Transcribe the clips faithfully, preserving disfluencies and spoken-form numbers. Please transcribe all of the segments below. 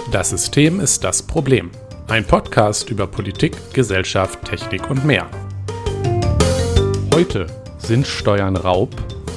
Das System ist das Problem. Ein Podcast über Politik, Gesellschaft, Technik und mehr. Heute sind Steuern Raub?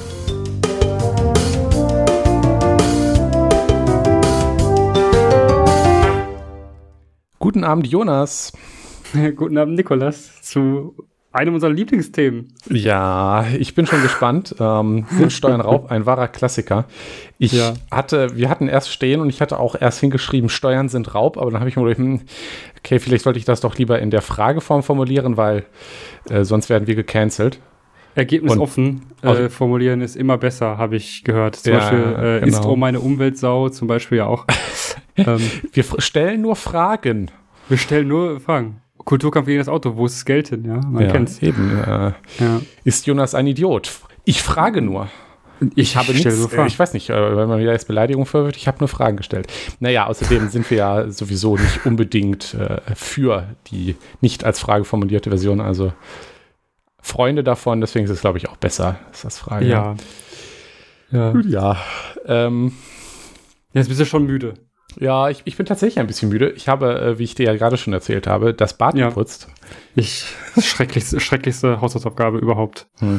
Guten Abend, Jonas. Guten Abend, Nikolas, zu einem unserer Lieblingsthemen. Ja, ich bin schon gespannt. Ähm, sind Steuern Raub? Ein wahrer Klassiker. Ich ja. hatte, wir hatten erst stehen und ich hatte auch erst hingeschrieben, Steuern sind Raub, aber dann habe ich mir gedacht, hm, okay, vielleicht sollte ich das doch lieber in der Frageform formulieren, weil äh, sonst werden wir gecancelt. Ergebnis offen äh, formulieren ist immer besser, habe ich gehört. Zum ja, Beispiel äh, genau. Istro meine Umweltsau zum Beispiel ja auch. ähm, wir f- stellen nur Fragen. Wir stellen nur Fragen. Kulturkampf gegen das Auto, wo ist das Geld hin? Ja, man ja, kennt's. Eben. Äh, ja. Ist Jonas ein Idiot? Ich frage nur. Ich, ich habe nichts, äh, ich weiß nicht, äh, wenn man wieder jetzt Beleidigung vorwirft, ich habe nur Fragen gestellt. Naja, außerdem sind wir ja sowieso nicht unbedingt äh, für die nicht als Frage formulierte Version, also Freunde davon, deswegen ist es, glaube ich, auch besser, ist das Frage. Ja. Ja. Ja. Ähm, Jetzt bist du schon müde. Ja, ich, ich bin tatsächlich ein bisschen müde. Ich habe, äh, wie ich dir ja gerade schon erzählt habe, das Bad ja. geputzt. Ich, das schrecklichste, schrecklichste Haushaltsaufgabe überhaupt. Hm.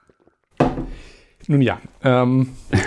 Nun ja, ähm,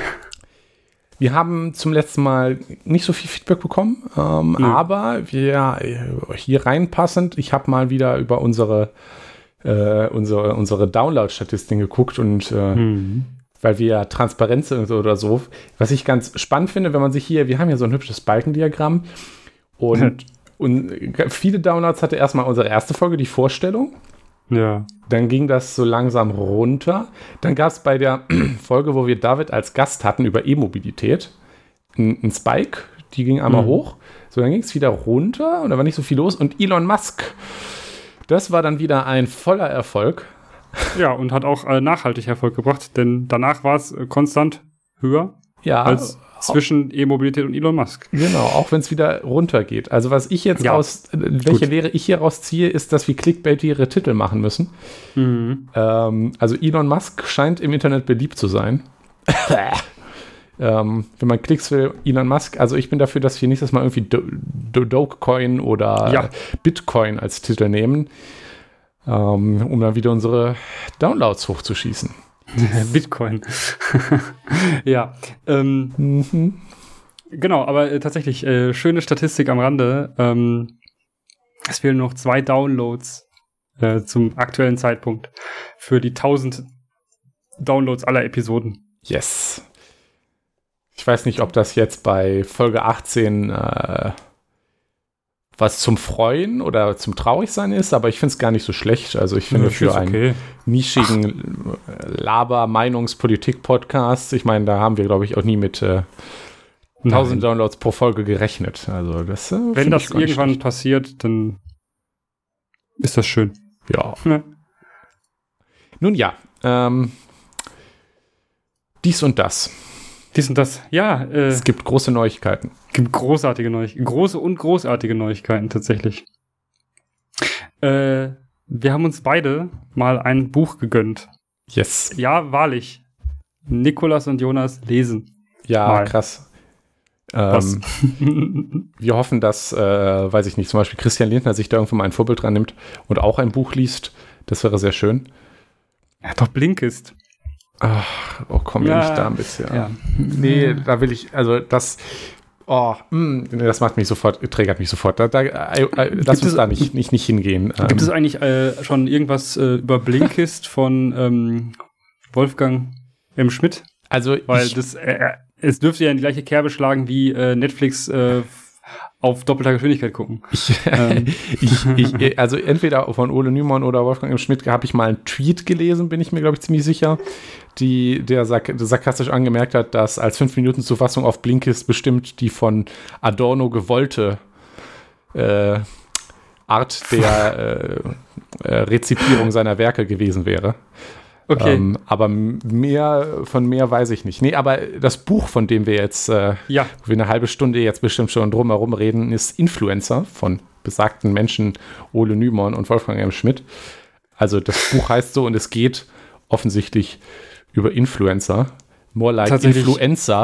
wir haben zum letzten Mal nicht so viel Feedback bekommen, ähm, mhm. aber wir hier reinpassend, ich habe mal wieder über unsere, äh, unsere, unsere Download-Statistiken geguckt und äh, mhm. weil wir ja transparent sind oder so. Was ich ganz spannend finde, wenn man sich hier, wir haben hier so ein hübsches Balkendiagramm und, und viele Downloads hatte erstmal unsere erste Folge, die Vorstellung. Ja. Dann ging das so langsam runter. Dann gab es bei der Folge, wo wir David als Gast hatten über E-Mobilität, einen Spike, die ging einmal mhm. hoch. So, dann ging es wieder runter und da war nicht so viel los. Und Elon Musk, das war dann wieder ein voller Erfolg. Ja, und hat auch äh, nachhaltig Erfolg gebracht, denn danach war es äh, konstant höher ja, als zwischen E-Mobilität und Elon Musk. Genau, auch wenn es wieder runtergeht. Also was ich jetzt ja, aus, welche gut. Lehre ich hier rausziehe, ist, dass wir clickbaitigere Titel machen müssen. Mhm. Ähm, also Elon Musk scheint im Internet beliebt zu sein. ähm, wenn man Klicks will, Elon Musk, also ich bin dafür, dass wir nächstes Mal irgendwie Do- Do- Dogecoin oder ja. Bitcoin als Titel nehmen. Um, um dann wieder unsere Downloads hochzuschießen. Bitcoin. ja. Ähm, mhm. Genau, aber äh, tatsächlich, äh, schöne Statistik am Rande. Ähm, es fehlen noch zwei Downloads äh, zum aktuellen Zeitpunkt für die tausend Downloads aller Episoden. Yes. Ich weiß nicht, ob das jetzt bei Folge achtzehn äh, was zum Freuen oder zum Traurigsein ist, aber ich finde es gar nicht so schlecht. Also ich finde, ja, für einen okay. nischigen Laber-Meinungspolitik-Podcast, ich meine, da haben wir, glaube ich, auch nie mit äh, tausend Downloads pro Folge gerechnet. Also das, äh, wenn das irgendwann passiert, dann ist das schön. Ja. ja. Nun ja, ähm, dies und das. Dies und das, ja. Äh, es gibt große Neuigkeiten. Es gibt großartige Neuigkeiten. Große und großartige Neuigkeiten tatsächlich. Äh, wir haben uns beide mal ein Buch gegönnt. Yes. Ja, wahrlich. Nikolas und Jonas lesen. Ja, mal. Krass. Was? Ähm, wir hoffen, dass, äh, weiß ich nicht, zum Beispiel Christian Lindner sich da irgendwann mal ein Vorbild dran nimmt und auch ein Buch liest. Das wäre sehr schön. Er hat doch Blinkist. Ach, oh komm, ja, nicht da ein bisschen. Ja. Nee, da will ich, also das, oh, mh, das macht mich sofort, triggert mich sofort. Da, da, äh, äh, lass uns es, da nicht, nicht, nicht hingehen. Gibt ähm. es eigentlich äh, schon irgendwas äh, über Blinkist von ähm, Wolfgang M. Schmidt? Also, weil ich, das, äh, es dürfte ja in die gleiche Kerbe schlagen wie äh, Netflix äh, auf doppelter Geschwindigkeit gucken. Ich, ähm. ich, ich, also entweder von Ole Nümann oder Wolfgang M. Schmidt habe ich mal einen Tweet gelesen, bin ich mir, glaube ich, ziemlich sicher, die, der, sark- der sarkastisch angemerkt hat, dass als fünf Minuten Zufassung auf Blinkist bestimmt die von Adorno gewollte äh, Art der äh, äh, Rezipierung seiner Werke gewesen wäre. Okay. Ähm, aber mehr, von mehr weiß ich nicht. Nee, aber das Buch, von dem wir jetzt, äh, ja. wo wir eine halbe Stunde jetzt bestimmt schon drumherum reden, ist Influencer von besagten Menschen Ole Nümann und Wolfgang M. Schmidt. Also das Buch heißt so und es geht offensichtlich über Influencer. More like Influencer.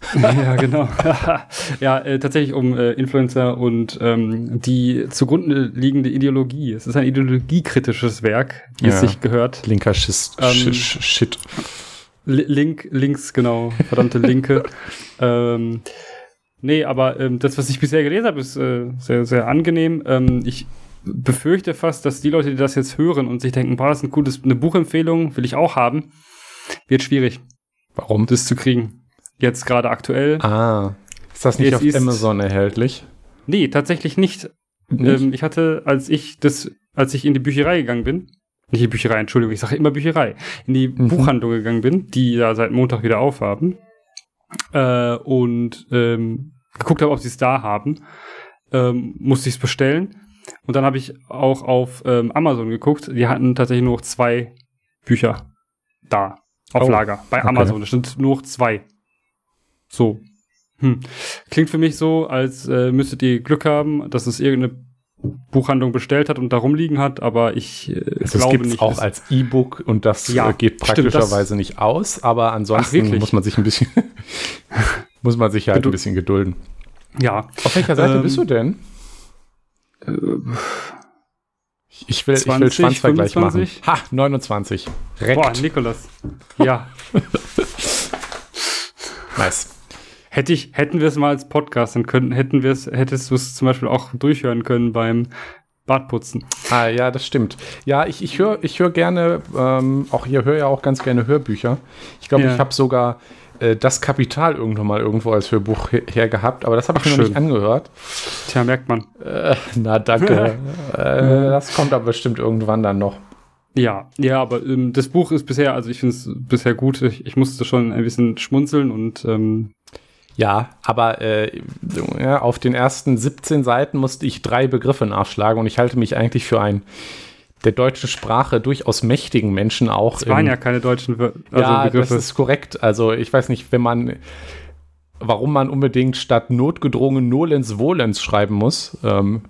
Ja, genau. ja, äh, tatsächlich um äh, Influencer und ähm, die zugrunde liegende Ideologie. Es ist ein ideologiekritisches Werk, wie ja. es sich gehört. Linker Schiss, ähm, Sch Shit. Link, links, genau. Verdammte Linke. ähm, nee, aber ähm, das, was ich bisher gelesen habe, ist äh, sehr, sehr angenehm. Ähm, ich befürchte fast, dass die Leute, die das jetzt hören und sich denken, boah, das ist ein gutes, eine Buchempfehlung, will ich auch haben, wird schwierig. Warum? Das zu kriegen. Jetzt gerade aktuell. Ah, ist das nicht es auf ist, Amazon erhältlich? Nee, tatsächlich nicht. nicht? Ähm, ich hatte, als ich das, als ich in die Bücherei gegangen bin, nicht die Bücherei, Entschuldigung, ich sage immer Bücherei, in die mhm. Buchhandlung gegangen bin, die ja seit Montag wieder aufhaben, äh, und ähm, geguckt habe, ob sie es da haben, ähm, musste ich es bestellen. Und dann habe ich auch auf ähm, Amazon geguckt, die hatten tatsächlich nur noch zwei Bücher da, auf oh, Lager, bei Amazon. Okay. Es sind nur noch zwei. So. Hm. Klingt für mich so, als äh, müsstet ihr Glück haben, dass es irgendeine Buchhandlung bestellt hat und da rumliegen hat, aber ich äh, also glaube es nicht. auch als E-Book und das ja, äh, geht praktischerweise stimmt, nicht aus, aber ansonsten muss man sich ein bisschen muss man sich halt Gedu- ein bisschen gedulden. Ja. Auf welcher Seite ähm, bist du denn? Äh, ich will, zwanzig, ich will Schwanzvergleich machen. Ha, neunundzwanzig. Rekt. Boah, Nikolas. Ja. Nice. Hätte ich, hätten wir es mal als Podcast, dann könnten, hätten wir es, hättest du es zum Beispiel auch durchhören können beim Bartputzen. Ah, ja, das stimmt. Ja, ich, ich höre ich hör gerne, ähm, auch hier höre ja auch ganz gerne Hörbücher. Ich glaube, ja. ich habe sogar äh, Das Kapital irgendwann mal irgendwo als Hörbuch her, her gehabt, aber das habe ich mir noch nicht angehört. Tja, merkt man. Äh, na, danke. äh, das kommt aber bestimmt irgendwann dann noch. Ja, ja, aber ähm, das Buch ist bisher, also ich finde es bisher gut. Ich, ich musste schon ein bisschen schmunzeln und ähm ja, aber äh, ja, auf den ersten siebzehn Seiten musste ich drei Begriffe nachschlagen und ich halte mich eigentlich für einen der deutschen Sprache durchaus mächtigen Menschen auch. Es waren im, ja keine deutschen also ja, Begriffe. Das ist korrekt. Also ich weiß nicht, wenn man warum man unbedingt statt notgedrungen Nolens Volens schreiben muss, ähm,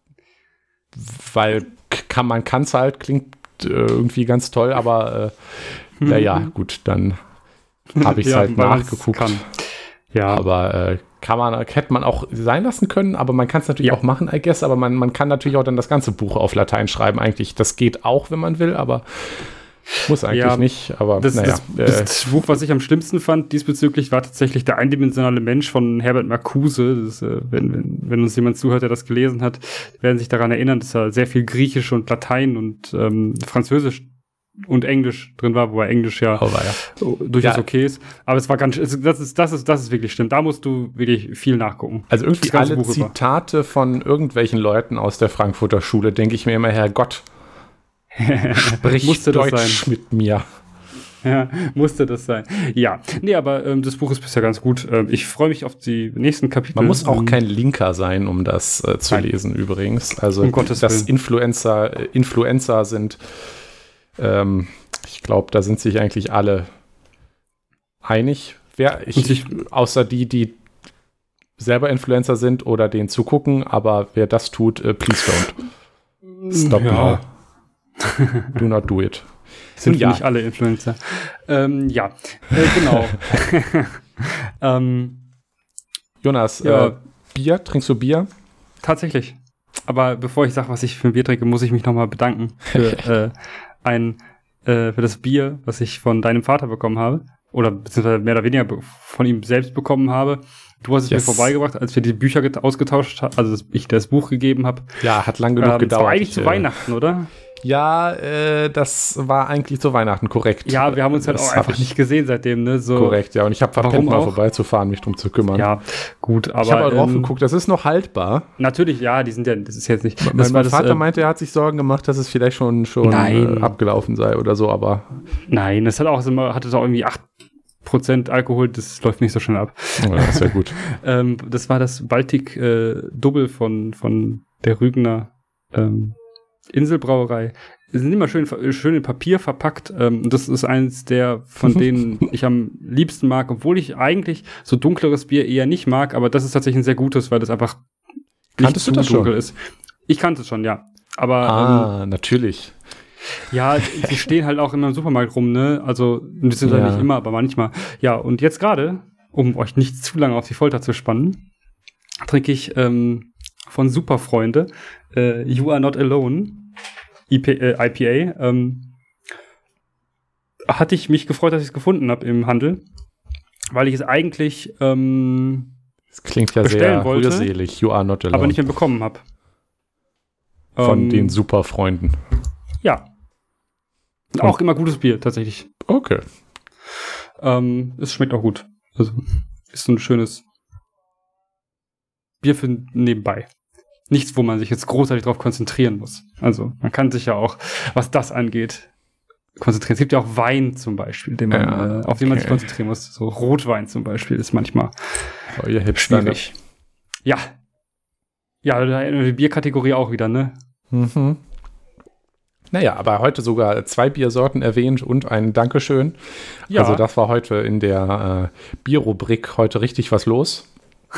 weil kann man kann es halt, klingt irgendwie ganz toll, aber äh, mhm. naja, gut, dann habe ich es ja, halt nachgeguckt. Kann. Ja. Aber äh, kann man, hätte man auch sein lassen können, aber man kann es natürlich ja. auch machen, I guess, aber man, man kann natürlich auch dann das ganze Buch auf Latein schreiben, eigentlich. Das geht auch, wenn man will, aber muss eigentlich ja, nicht. Aber das, naja. Das, äh, das Buch, was ich am schlimmsten fand diesbezüglich, war tatsächlich Der eindimensionale Mensch von Herbert Marcuse. Das, äh, wenn, wenn, wenn uns jemand zuhört, der das gelesen hat, werden sich daran erinnern, dass da sehr viel Griechisch und Latein und ähm, Französisch und Englisch drin war, wobei Englisch ja, oh, ja. durchaus ja. okay ist. Aber es war ganz, das ist, das ist, das ist wirklich schlimm. Da musst du wirklich viel nachgucken. Also irgendwie alle Buch Zitate über. von irgendwelchen Leuten aus der Frankfurter Schule, denke ich mir immer, Herrgott, sprich musste Deutsch das sein. mit mir. Ja, musste das sein. Ja, nee, aber ähm, das Buch ist bisher ganz gut. Ähm, ich freue mich auf die nächsten Kapitel. Man muss auch kein Linker sein, um das äh, zu Nein. lesen übrigens. Also, um Gottes dass Willen. Influencer, äh, Influencer sind, ähm, ich glaube, da sind sich eigentlich alle einig. Wer, ich, ich, außer die, die selber Influencer sind oder denen zugucken, aber wer das tut, äh, please don't. Stop ja. now. Do not do it. Sind ja nicht alle Influencer. Ähm, ja, äh, genau. ähm, Jonas, ja. äh, Bier? Trinkst du Bier? Tatsächlich. Aber bevor ich sage, was ich für ein Bier trinke, muss ich mich nochmal bedanken für, äh, ein, äh, für das Bier, was ich von deinem Vater bekommen habe. Oder beziehungsweise mehr oder weniger von ihm selbst bekommen habe. Du hast es yes. mir vorbeigebracht, als wir die Bücher get- ausgetauscht haben, also ich das Buch gegeben habe. Ja, hat lang genug ähm, gedauert. Das war eigentlich ich, zu äh, Weihnachten, oder? Ja, äh, das war eigentlich zu Weihnachten, korrekt. Ja, wir haben uns halt das auch einfach nicht gesehen seitdem, ne? So, korrekt, ja. Und ich habe verpennt, mal vorbeizufahren, mich drum zu kümmern. Ja, gut, aber... Ich habe mal drauf ähm, geguckt, das ist noch haltbar. Natürlich, ja, die sind ja, das ist jetzt nicht... Mein, das mein das, Vater äh, meinte, er hat sich Sorgen gemacht, dass es vielleicht schon, schon äh, abgelaufen sei oder so, aber... Nein, das hat auch immer, hatte auch irgendwie acht Prozent Alkohol, das läuft nicht so schnell ab. Ja, das ist ja gut. ähm, das war das Baltic äh, Double von, von der Rügener ähm, Inselbrauerei. Die sind immer schön, schön in Papier verpackt. Ähm, das ist eins der, von denen ich am liebsten mag, obwohl ich eigentlich so dunkleres Bier eher nicht mag, aber das ist tatsächlich ein sehr gutes, weil das einfach nicht zu dunkel ist. Ich kannte es schon, ja. Aber ah, ähm, natürlich. Ja, die stehen halt auch immer im Supermarkt rum, ne? Also, das sind ja. halt nicht immer, aber manchmal. Ja, und jetzt gerade um euch nicht zu lange auf die Folter zu spannen, trinke ich ähm, von Superfreunde äh, You Are Not Alone I P, äh, I P A. Ähm, hatte ich mich gefreut, dass ich es gefunden habe im Handel, weil ich es eigentlich ähm, das klingt ja sehr wollte, rührselig, You Are Not Alone. Aber nicht mehr bekommen habe. Von ähm, den Superfreunden. Ja. Und auch immer gutes Bier, tatsächlich. Okay. Ähm, es schmeckt auch gut. Also, ist so ein schönes Bier für nebenbei. Nichts, wo man sich jetzt großartig drauf konzentrieren muss. Also, man kann sich ja auch, was das angeht, konzentrieren. Es gibt ja auch Wein zum Beispiel, den man, ja, äh, auf den man okay. sich konzentrieren muss. So Rotwein zum Beispiel ist manchmal oh, ihr schwierig. Ja. Ja, da erinnern wir die Bierkategorie auch wieder, ne? Mhm. Naja, aber heute sogar zwei Biersorten erwähnt und ein Dankeschön. Ja. Also das war heute in der äh, Bierrubrik heute richtig was los.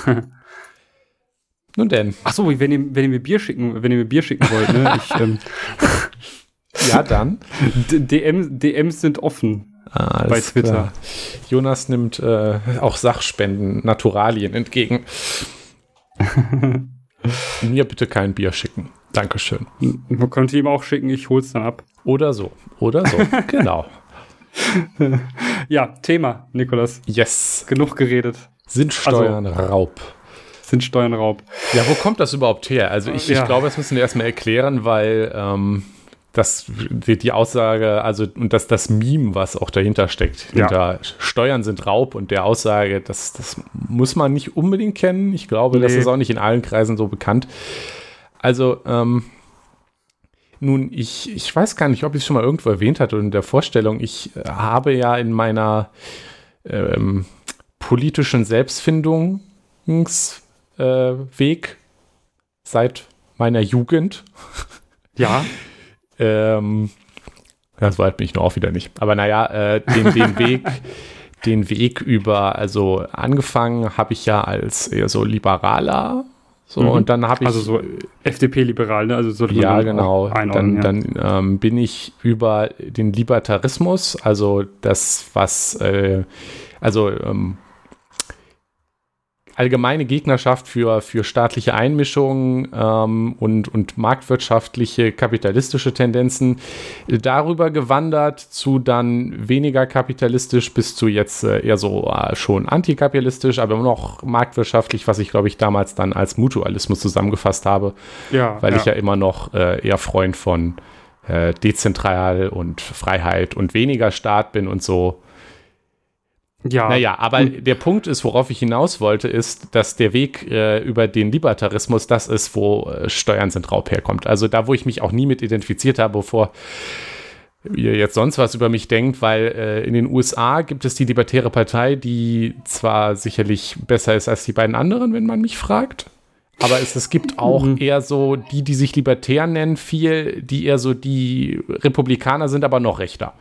Nun denn. Ach so, wenn ihr, wenn ihr mir Bier schicken, wenn ihr mir Bier schicken wollt, ne? Ich, ähm, ja, dann. D M, D Ms sind offen ah, bei Twitter. Klar. Jonas nimmt äh, auch Sachspenden, Naturalien entgegen. Mir bitte kein Bier schicken. Dankeschön. Man könnte ihm auch schicken, ich hol's dann ab. Oder so. Oder so. Genau. Ja, Thema, Nikolas. Yes. Genug geredet. Sind Steuern also, Raub? Sind Steuern Raub. Ja, wo kommt das überhaupt her? Also ich, ja. ich glaube, das müssen wir erstmal erklären, weil ähm, das, die, die Aussage, also und das, das Meme, was auch dahinter steckt, ja. hinter Steuern sind Raub und der Aussage, das, das muss man nicht unbedingt kennen. Ich glaube, nee. das ist auch nicht in allen Kreisen so bekannt. Also, ähm, nun, ich, ich weiß gar nicht, ob ich es schon mal irgendwo erwähnt hatte in der Vorstellung. Ich äh, habe ja in meiner ähm, politischen Selbstfindungsweg äh, seit meiner Jugend. Ja. ähm, ja, so alt bin ich nur auch wieder nicht. Aber naja, äh, den, den Weg, den Weg über, also angefangen habe ich ja als eher so liberaler. So, mhm. und dann habe ich. Also so F D P-liberal, ne? Also sollte man ja, genau. Dann, ja. dann ähm, bin ich über den Libertarismus, also das, was, äh, also ähm, allgemeine Gegnerschaft für, für staatliche Einmischung ähm, und, und marktwirtschaftliche, kapitalistische Tendenzen, äh, darüber gewandert zu dann weniger kapitalistisch bis zu jetzt äh, eher so äh, schon antikapitalistisch, aber immer noch marktwirtschaftlich, was ich, glaube ich, damals dann als Mutualismus zusammengefasst habe, ja, weil ja. ich ja immer noch äh, eher Freund von äh, dezentral und Freiheit und weniger Staat bin und so. Ja. Naja, aber und der Punkt ist, worauf ich hinaus wollte, ist, dass der Weg äh, über den Libertarismus das ist, wo äh, Steuern sind Raub herkommt. Also da, wo ich mich auch nie mit identifiziert habe, bevor ihr jetzt sonst was über mich denkt, weil äh, in den U S A gibt es die Libertäre Partei, die zwar sicherlich besser ist als die beiden anderen, wenn man mich fragt, aber es, es gibt auch mhm. eher so die, die sich libertär nennen, viel, die eher so die Republikaner sind, aber noch rechter.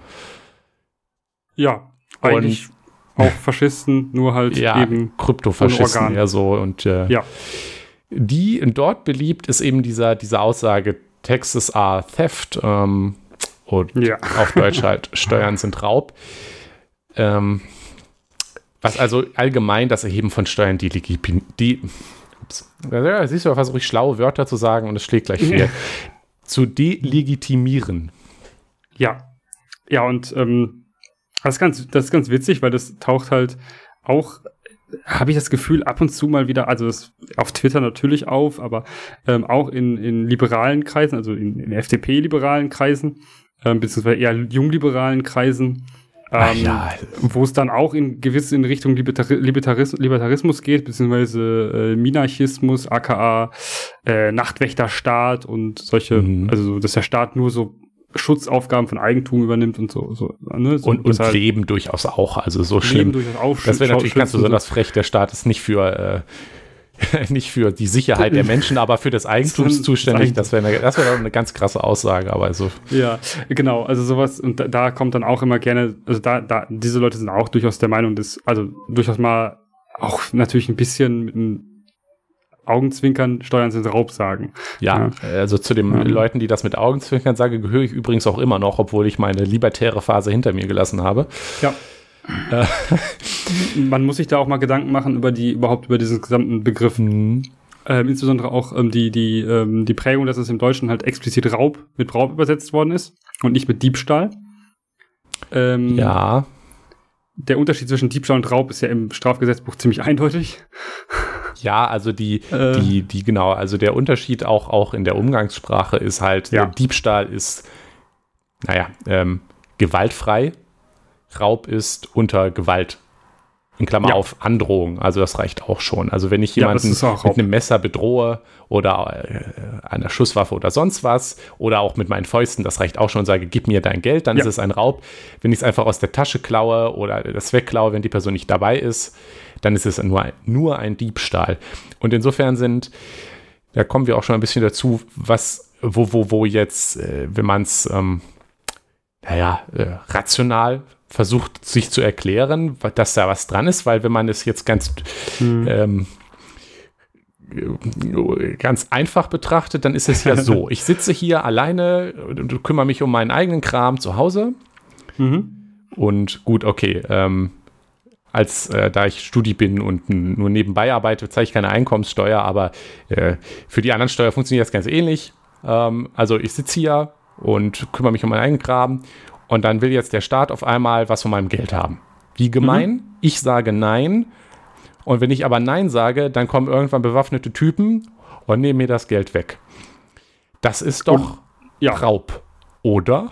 Ja, eigentlich und auch Faschisten, nur halt ja, eben Kryptofaschisten eher so. Und äh, ja. die dort beliebt ist eben dieser, diese Aussage, Taxes are theft ähm, und ja. auf Deutsch halt Steuern sind Raub. Ähm, was also allgemein das Erheben von Steuern die, die ups, ja, siehst du, versuche ich schlaue Wörter zu sagen und es schlägt gleich fehl. zu delegitimieren. Ja. Ja, und ähm, Das ist, ganz, das ist ganz witzig, weil das taucht halt auch, habe ich das Gefühl, ab und zu mal wieder, also das auf Twitter natürlich auf, aber ähm, auch in, in liberalen Kreisen, also in, in F D P-liberalen Kreisen, ähm, beziehungsweise eher jungliberalen Kreisen, ähm, ja. wo es dann auch in gewiss in Richtung Libertar- Libertaris- Libertarismus geht, beziehungsweise äh, Minarchismus, aka äh, Nachtwächterstaat und solche, mhm. also dass der Staat nur so Schutzaufgaben von Eigentum übernimmt und so. so, ne? so und und halt Leben durchaus auch, also so schlimm. Leben durchaus auch. Das wäre natürlich ganz besonders frech, der Staat ist nicht für äh, nicht für die Sicherheit der Menschen, aber für das Eigentum zuständig. Das wäre eine, das wär eine ganz krasse Aussage, aber so. Ja, genau, also sowas, und da, da kommt dann auch immer gerne, also da, da, diese Leute sind auch durchaus der Meinung, dass, also durchaus mal auch natürlich ein bisschen mit einem Augenzwinkern, Steuern sind Raub sagen. Ja, ja, also zu den ja. Leuten, die das mit Augenzwinkern sagen, gehöre ich übrigens auch immer noch, obwohl ich meine libertäre Phase hinter mir gelassen habe. Ja. Man muss sich da auch mal Gedanken machen über die, überhaupt über diesen gesamten Begriff. Mhm. Ähm, insbesondere auch ähm, die, die, ähm, die Prägung, dass es im Deutschen halt explizit Raub mit Raub übersetzt worden ist und nicht mit Diebstahl. Ähm, ja. Der Unterschied zwischen Diebstahl und Raub ist ja im Strafgesetzbuch ziemlich eindeutig. Ja, also die, äh, die, die, genau, also der Unterschied auch, auch in der Umgangssprache ist halt, ja. Diebstahl ist, naja, ähm, gewaltfrei, Raub ist unter Gewalt. In Klammer ja. auf Androhung, also das reicht auch schon. Also wenn ich jemanden ja, mit einem Messer bedrohe oder äh, einer Schusswaffe oder sonst was oder auch mit meinen Fäusten, das reicht auch schon und sage, gib mir dein Geld, dann ja. ist es ein Raub. Wenn ich es einfach aus der Tasche klaue oder das wegklaue, wenn die Person nicht dabei ist, dann ist es nur, nur ein Diebstahl. Und insofern sind, da kommen wir auch schon ein bisschen dazu, was, wo, wo, wo jetzt, äh, wenn man es, ähm, naja, äh, rational versucht sich zu erklären, dass da was dran ist, weil wenn man es jetzt ganz hm. ähm, ganz einfach betrachtet, dann ist es ja so, ich sitze hier alleine und kümmere mich um meinen eigenen Kram zu Hause mhm. und gut, okay, ähm, als äh, da ich Studi bin und n- nur nebenbei arbeite, zahle ich keine Einkommenssteuer, aber äh, für die anderen Steuer funktioniert das ganz ähnlich. Ähm, also ich sitze hier und kümmere mich um meinen eigenen Kram. Und dann will jetzt der Staat auf einmal was von meinem Geld haben. Wie gemein? Mhm. Ich sage nein. Und wenn ich aber nein sage, dann kommen irgendwann bewaffnete Typen und nehmen mir das Geld weg. Das ist doch und, ja. Raub, oder?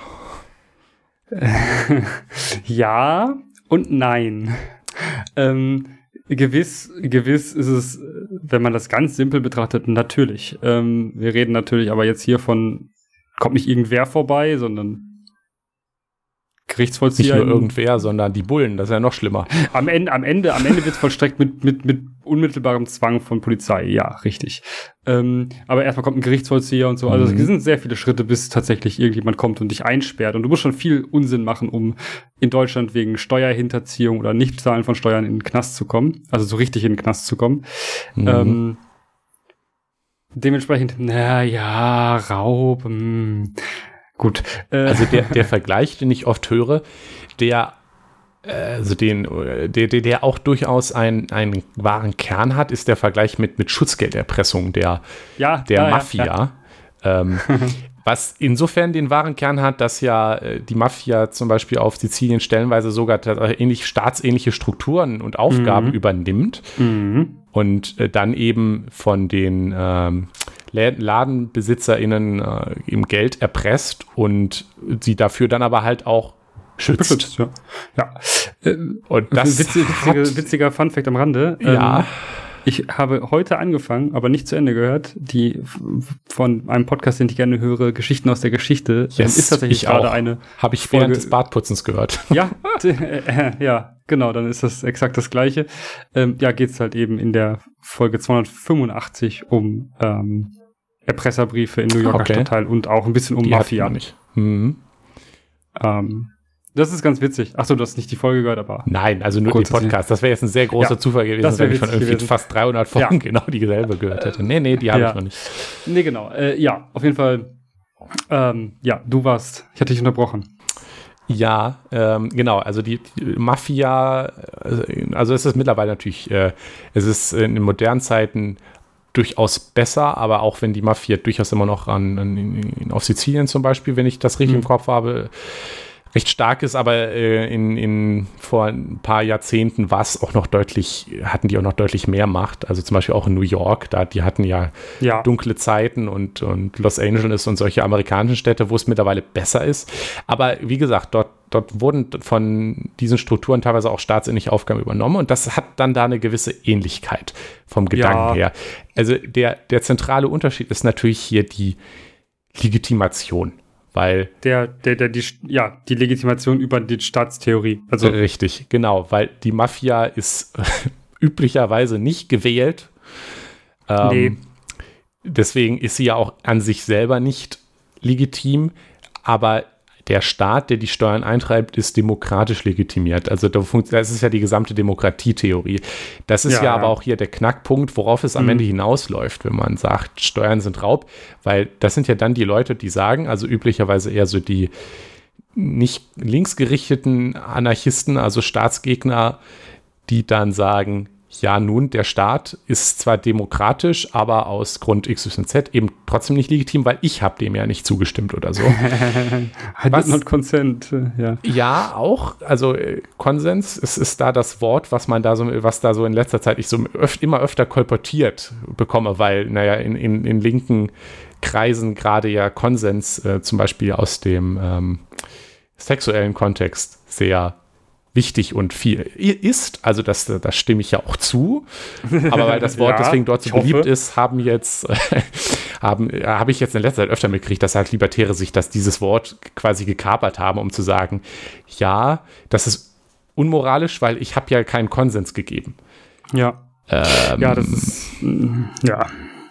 Ja und nein. Ähm, gewiss, gewiss ist es, wenn man das ganz simpel betrachtet, natürlich. Ähm, wir reden natürlich aber jetzt hier von, kommt nicht irgendwer vorbei, sondern Gerichtsvollzieher. Nicht nur irgendwer, sondern die Bullen, das ist ja noch schlimmer. Am Ende, am Ende, am Ende wird es vollstreckt mit, mit, mit unmittelbarem Zwang von Polizei, ja, richtig. Ähm, aber erstmal kommt ein Gerichtsvollzieher und so. Also mhm. es sind sehr viele Schritte, bis tatsächlich irgendjemand kommt und dich einsperrt. Und du musst schon viel Unsinn machen, um in Deutschland wegen Steuerhinterziehung oder Nichtzahlen von Steuern in den Knast zu kommen. Also so richtig in den Knast zu kommen. Mhm. Ähm, dementsprechend, naja, Raub, mh. Gut. Äh. Also der, der Vergleich, den ich oft höre, der, also den, der, der, der auch durchaus einen, einen wahren Kern hat, ist der Vergleich mit, mit Schutzgelderpressung der, ja, der ja, Mafia. Ja, ja. Ähm, was insofern den wahren Kern hat, dass ja äh, die Mafia zum Beispiel auf Sizilien stellenweise sogar ähnlich, staatsähnliche Strukturen und Aufgaben mhm. übernimmt mhm. und äh, dann eben von den ähm, LadenbesitzerInnen äh, eben Geld erpresst und sie dafür dann aber halt auch schützt. Beschützt, ja. ja. Äh, und das witzig, witziger, witziger Funfact am Rande. Ja. Ähm, ich habe heute angefangen, aber nicht zu Ende gehört, die von einem Podcast, den ich gerne höre, Geschichten aus der Geschichte, yes, ist tatsächlich gerade eine Habe ich Folge, während des Bartputzens gehört. Ja, äh, ja, genau, dann ist das exakt das Gleiche. Ähm, ja, geht's halt eben in der Folge zweihundertfünfundachtzig um ähm, Erpresserbriefe in New Yorker okay. Stadtteil und auch ein bisschen um die Mafia. Nicht. Mhm. Ähm, das ist ganz witzig. Achso, du hast nicht die Folge gehört, aber... Nein, also nur den Podcast. Das wäre jetzt ein sehr großer ja, Zufall gewesen, wenn ich von irgendwie gewesen. fast dreihundert Folgen ja. genau dieselbe gehört hätte. Nee, nee, die habe ja. ich noch nicht. Nee, genau. Äh, ja, auf jeden Fall. Ähm, ja, du warst... Ich hatte dich unterbrochen. Ja, ähm, genau. Also die, die Mafia... Also es ist mittlerweile natürlich... Äh, es ist in den modernen Zeiten durchaus besser, aber auch wenn die Mafia durchaus immer noch an, an in, auf Sizilien zum Beispiel, wenn ich das richtig mhm. im Kopf habe, recht stark ist, aber äh, in, in vor ein paar Jahrzehnten war es auch noch deutlich, hatten die auch noch deutlich mehr Macht. Also zum Beispiel auch in New York, da die hatten ja, ja. dunkle Zeiten und, und Los Angeles und solche amerikanischen Städte, wo es mittlerweile besser ist. Aber wie gesagt, dort, dort wurden von diesen Strukturen teilweise auch staatsähnliche Aufgaben übernommen und das hat dann da eine gewisse Ähnlichkeit vom Gedanken ja. her. Also der, der zentrale Unterschied ist natürlich hier die Legitimation. Weil der, der, der, die, ja, die Legitimation über die Staatstheorie. Also richtig, genau, weil die Mafia ist üblicherweise nicht gewählt. Ähm, nee. Deswegen ist sie ja auch an sich selber nicht legitim, aber der Staat, der die Steuern eintreibt, ist demokratisch legitimiert. Also das ist ja die gesamte Demokratietheorie. Das ist ja, ja aber auch hier der Knackpunkt, worauf es am mhm. Ende hinausläuft, wenn man sagt, Steuern sind Raub, weil das sind ja dann die Leute, die sagen, also üblicherweise eher so die, nicht linksgerichteten Anarchisten, also Staatsgegner, die dann sagen, ja nun, der Staat ist zwar demokratisch, aber aus Grund X Y Z eben trotzdem nicht legitim, weil ich habe dem ja nicht zugestimmt oder so. I did not consent, ja. Ja, auch, also äh, Konsens, es ist da das Wort, was man da so, was da so in letzter Zeit ich so öf- immer öfter kolportiert bekomme, weil, naja, in, in, in linken Kreisen gerade ja Konsens äh, zum Beispiel aus dem ähm, sexuellen Kontext sehr wichtig und viel ist, also das, das stimme ich ja auch zu, aber weil das Wort ja, deswegen dort so beliebt ist, haben jetzt haben, habe ich jetzt in letzter Zeit öfter mitgekriegt, dass halt Libertäre sich das, dieses Wort quasi gekapert haben, um zu sagen, ja, das ist unmoralisch, weil ich habe ja keinen Konsens gegeben. Ja. Ähm, ja, das ist, ja,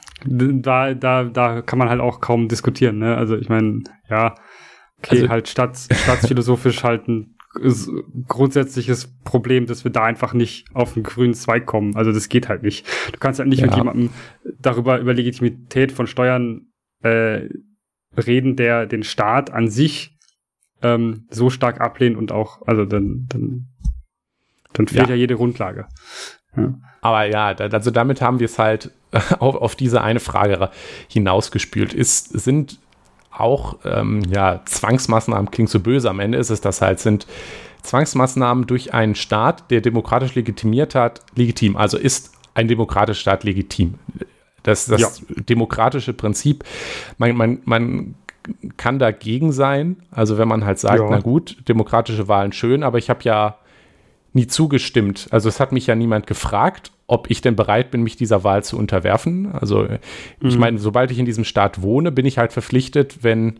da, da, da kann man halt auch kaum diskutieren, ne? Also ich meine, ja, okay, also, halt staats, staatsphilosophisch halt ein ist grundsätzliches Problem, dass wir da einfach nicht auf den grünen Zweig kommen. Also das geht halt nicht. Du kannst halt nicht ja. mit jemandem darüber, über Legitimität von Steuern äh, reden, der den Staat an sich ähm, so stark ablehnt und auch, also dann, dann, dann fehlt ja. ja jede Grundlage. Ja. Aber ja, da, also damit haben wir es halt auf, auf diese eine Frage hinausgespült. Ist, sind auch, ähm, ja, Zwangsmaßnahmen, klingt so böse, am Ende ist es das halt, sind Zwangsmaßnahmen durch einen Staat, der demokratisch legitimiert hat, legitim. Also ist ein demokratischer Staat legitim. Das, das ja. demokratische Prinzip, man, man, man kann dagegen sein, also wenn man halt sagt, ja. na gut, demokratische Wahlen schön, aber ich habe ja nie zugestimmt. Also es hat mich ja niemand gefragt, ob ich denn bereit bin, mich dieser Wahl zu unterwerfen. Also mhm. ich meine, sobald ich in diesem Staat wohne, bin ich halt verpflichtet, wenn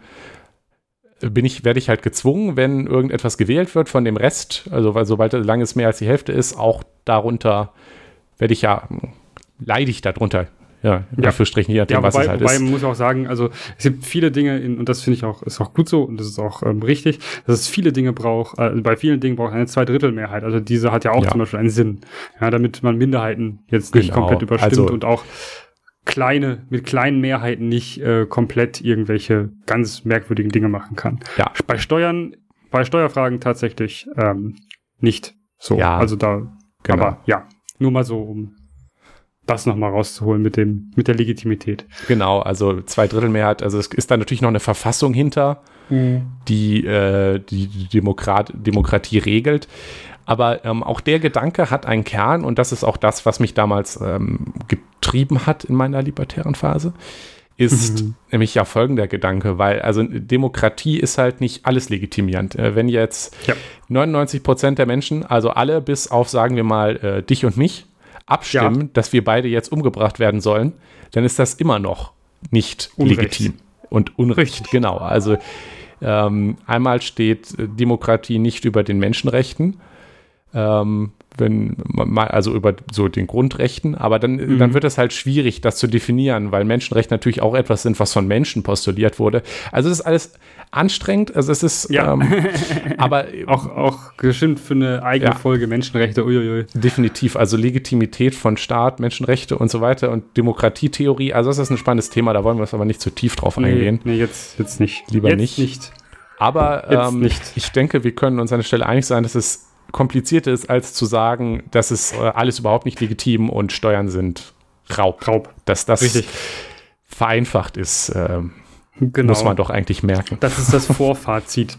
bin ich, werde ich halt gezwungen, wenn irgendetwas gewählt wird von dem Rest, also weil sobald solange es mehr als die Hälfte ist, auch darunter werde ich ja, leide ich darunter. Ja, in ja. Anführungsstrichen, je nachdem, ja, wobei, was es halt wobei ist. Man muss auch sagen, also es gibt viele Dinge, in, und das finde ich auch, ist auch gut so und das ist auch ähm, richtig, dass es viele Dinge braucht, äh, bei vielen Dingen braucht eine Zweidrittelmehrheit. Also diese hat ja auch ja. zum Beispiel einen Sinn, ja, damit man Minderheiten jetzt nicht genau. komplett überstimmt also, und auch kleine, mit kleinen Mehrheiten nicht äh, komplett irgendwelche ganz merkwürdigen Dinge machen kann. Ja. Bei Steuern, bei Steuerfragen tatsächlich ähm, nicht so. Ja, also da, genau. aber ja, nur mal so, um das nochmal rauszuholen mit dem, mit der Legitimität. Genau, also Zweidrittelmehrheit, also es ist da natürlich noch eine Verfassung hinter, mhm. die äh, die Demokrat, Demokratie regelt. Aber ähm, auch der Gedanke hat einen Kern und das ist auch das, was mich damals ähm, getrieben hat in meiner libertären Phase, ist mhm. nämlich ja folgender Gedanke, weil also Demokratie ist halt nicht alles legitimierend. Äh, wenn jetzt ja. neunundneunzig Prozent der Menschen, also alle bis auf, sagen wir mal, äh, dich und mich, abstimmen, ja. dass wir beide jetzt umgebracht werden sollen, dann ist das immer noch nicht Unrecht. legitim und Unrecht. Richtig. Genau, also ähm, einmal steht Demokratie nicht über den Menschenrechten, ähm, wenn mal, also über so den Grundrechten, aber dann, mhm. dann wird es halt schwierig, das zu definieren, weil Menschenrechte natürlich auch etwas sind, was von Menschen postuliert wurde. Also es ist alles anstrengend, also es ist, ja. ähm, aber auch, auch bestimmt für eine eigene ja. Folge Menschenrechte, uiuiui. Definitiv, also Legitimität von Staat, Menschenrechte und so weiter und Demokratietheorie, also das ist ein spannendes Thema, da wollen wir uns aber nicht zu tief drauf nee, eingehen. Nee, jetzt, jetzt nicht. Lieber jetzt nicht. nicht. Aber ähm, nicht. Ich denke, wir können uns an der Stelle einig sein, dass es komplizierter ist, als zu sagen, das ist äh, alles überhaupt nicht legitim und Steuern sind Raub. Raub. Dass das Richtig. vereinfacht ist, äh, genau. muss man doch eigentlich merken. Das ist das Vorfazit.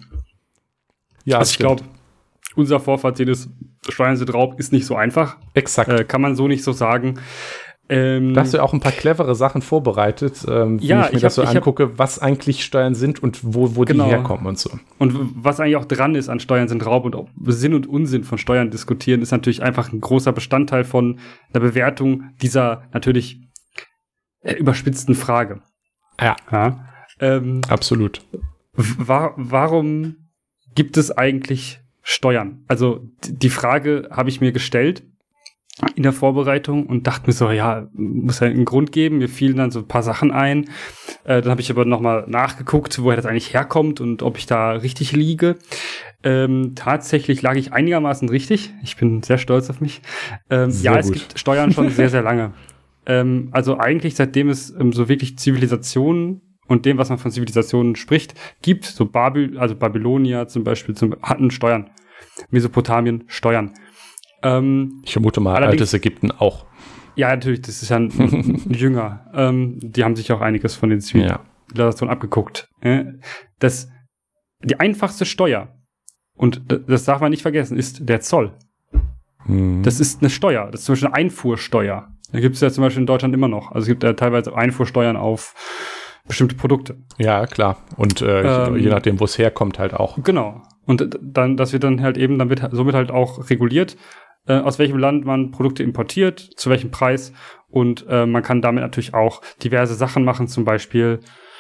Ja, also ich glaube, unser Vorfazit ist, Steuern sind Raub, ist nicht so einfach. Exakt. Äh, kann man so nicht so sagen. Ähm, da hast du auch ein paar clevere Sachen vorbereitet, ähm, ja, wenn ich mir ich das hab, so angucke, hab, was eigentlich Steuern sind und wo, wo genau. die herkommen und so. Und was eigentlich auch dran ist an Steuern sind Raub und ob Sinn und Unsinn von Steuern diskutieren, ist natürlich einfach ein großer Bestandteil von der Bewertung dieser natürlich äh, überspitzten Frage. Ja, ja ähm, absolut. Wa- warum gibt es eigentlich Steuern? Also die Frage habe ich mir gestellt in der Vorbereitung und dachte mir so, ja, muss ja einen Grund geben. Mir fielen dann so ein paar Sachen ein. Äh, dann habe ich aber nochmal nachgeguckt, woher das eigentlich herkommt und ob ich da richtig liege. Ähm, tatsächlich lag ich einigermaßen richtig. Ich bin sehr stolz auf mich. Ähm, ja, es gut. gibt Steuern schon sehr, sehr lange. ähm, also eigentlich seitdem es ähm, so wirklich Zivilisationen und dem, was man von Zivilisationen spricht, gibt. So Baby, also Babylonier zum Beispiel zum, hatten Steuern. Mesopotamien Steuern. Ähm, ich vermute mal, altes Ägypten auch. Ja, natürlich, das ist ja ein, ein Jünger. Ähm, die haben sich auch einiges von den Zivilisationen ja. abgeguckt. Das, die einfachste Steuer, und das darf man nicht vergessen, ist der Zoll. Hm. Das ist eine Steuer. Das ist zum Beispiel eine Einfuhrsteuer. Da gibt es ja zum Beispiel in Deutschland immer noch. Also es gibt ja teilweise Einfuhrsteuern auf bestimmte Produkte. Ja, klar. Und äh, ähm, je nachdem, wo es herkommt, halt auch. Genau. Und dann, das wird dann halt eben, dann wird somit halt auch reguliert, äh, aus welchem Land man Produkte importiert, zu welchem Preis. Und äh, man kann damit natürlich auch diverse Sachen machen, zum Beispiel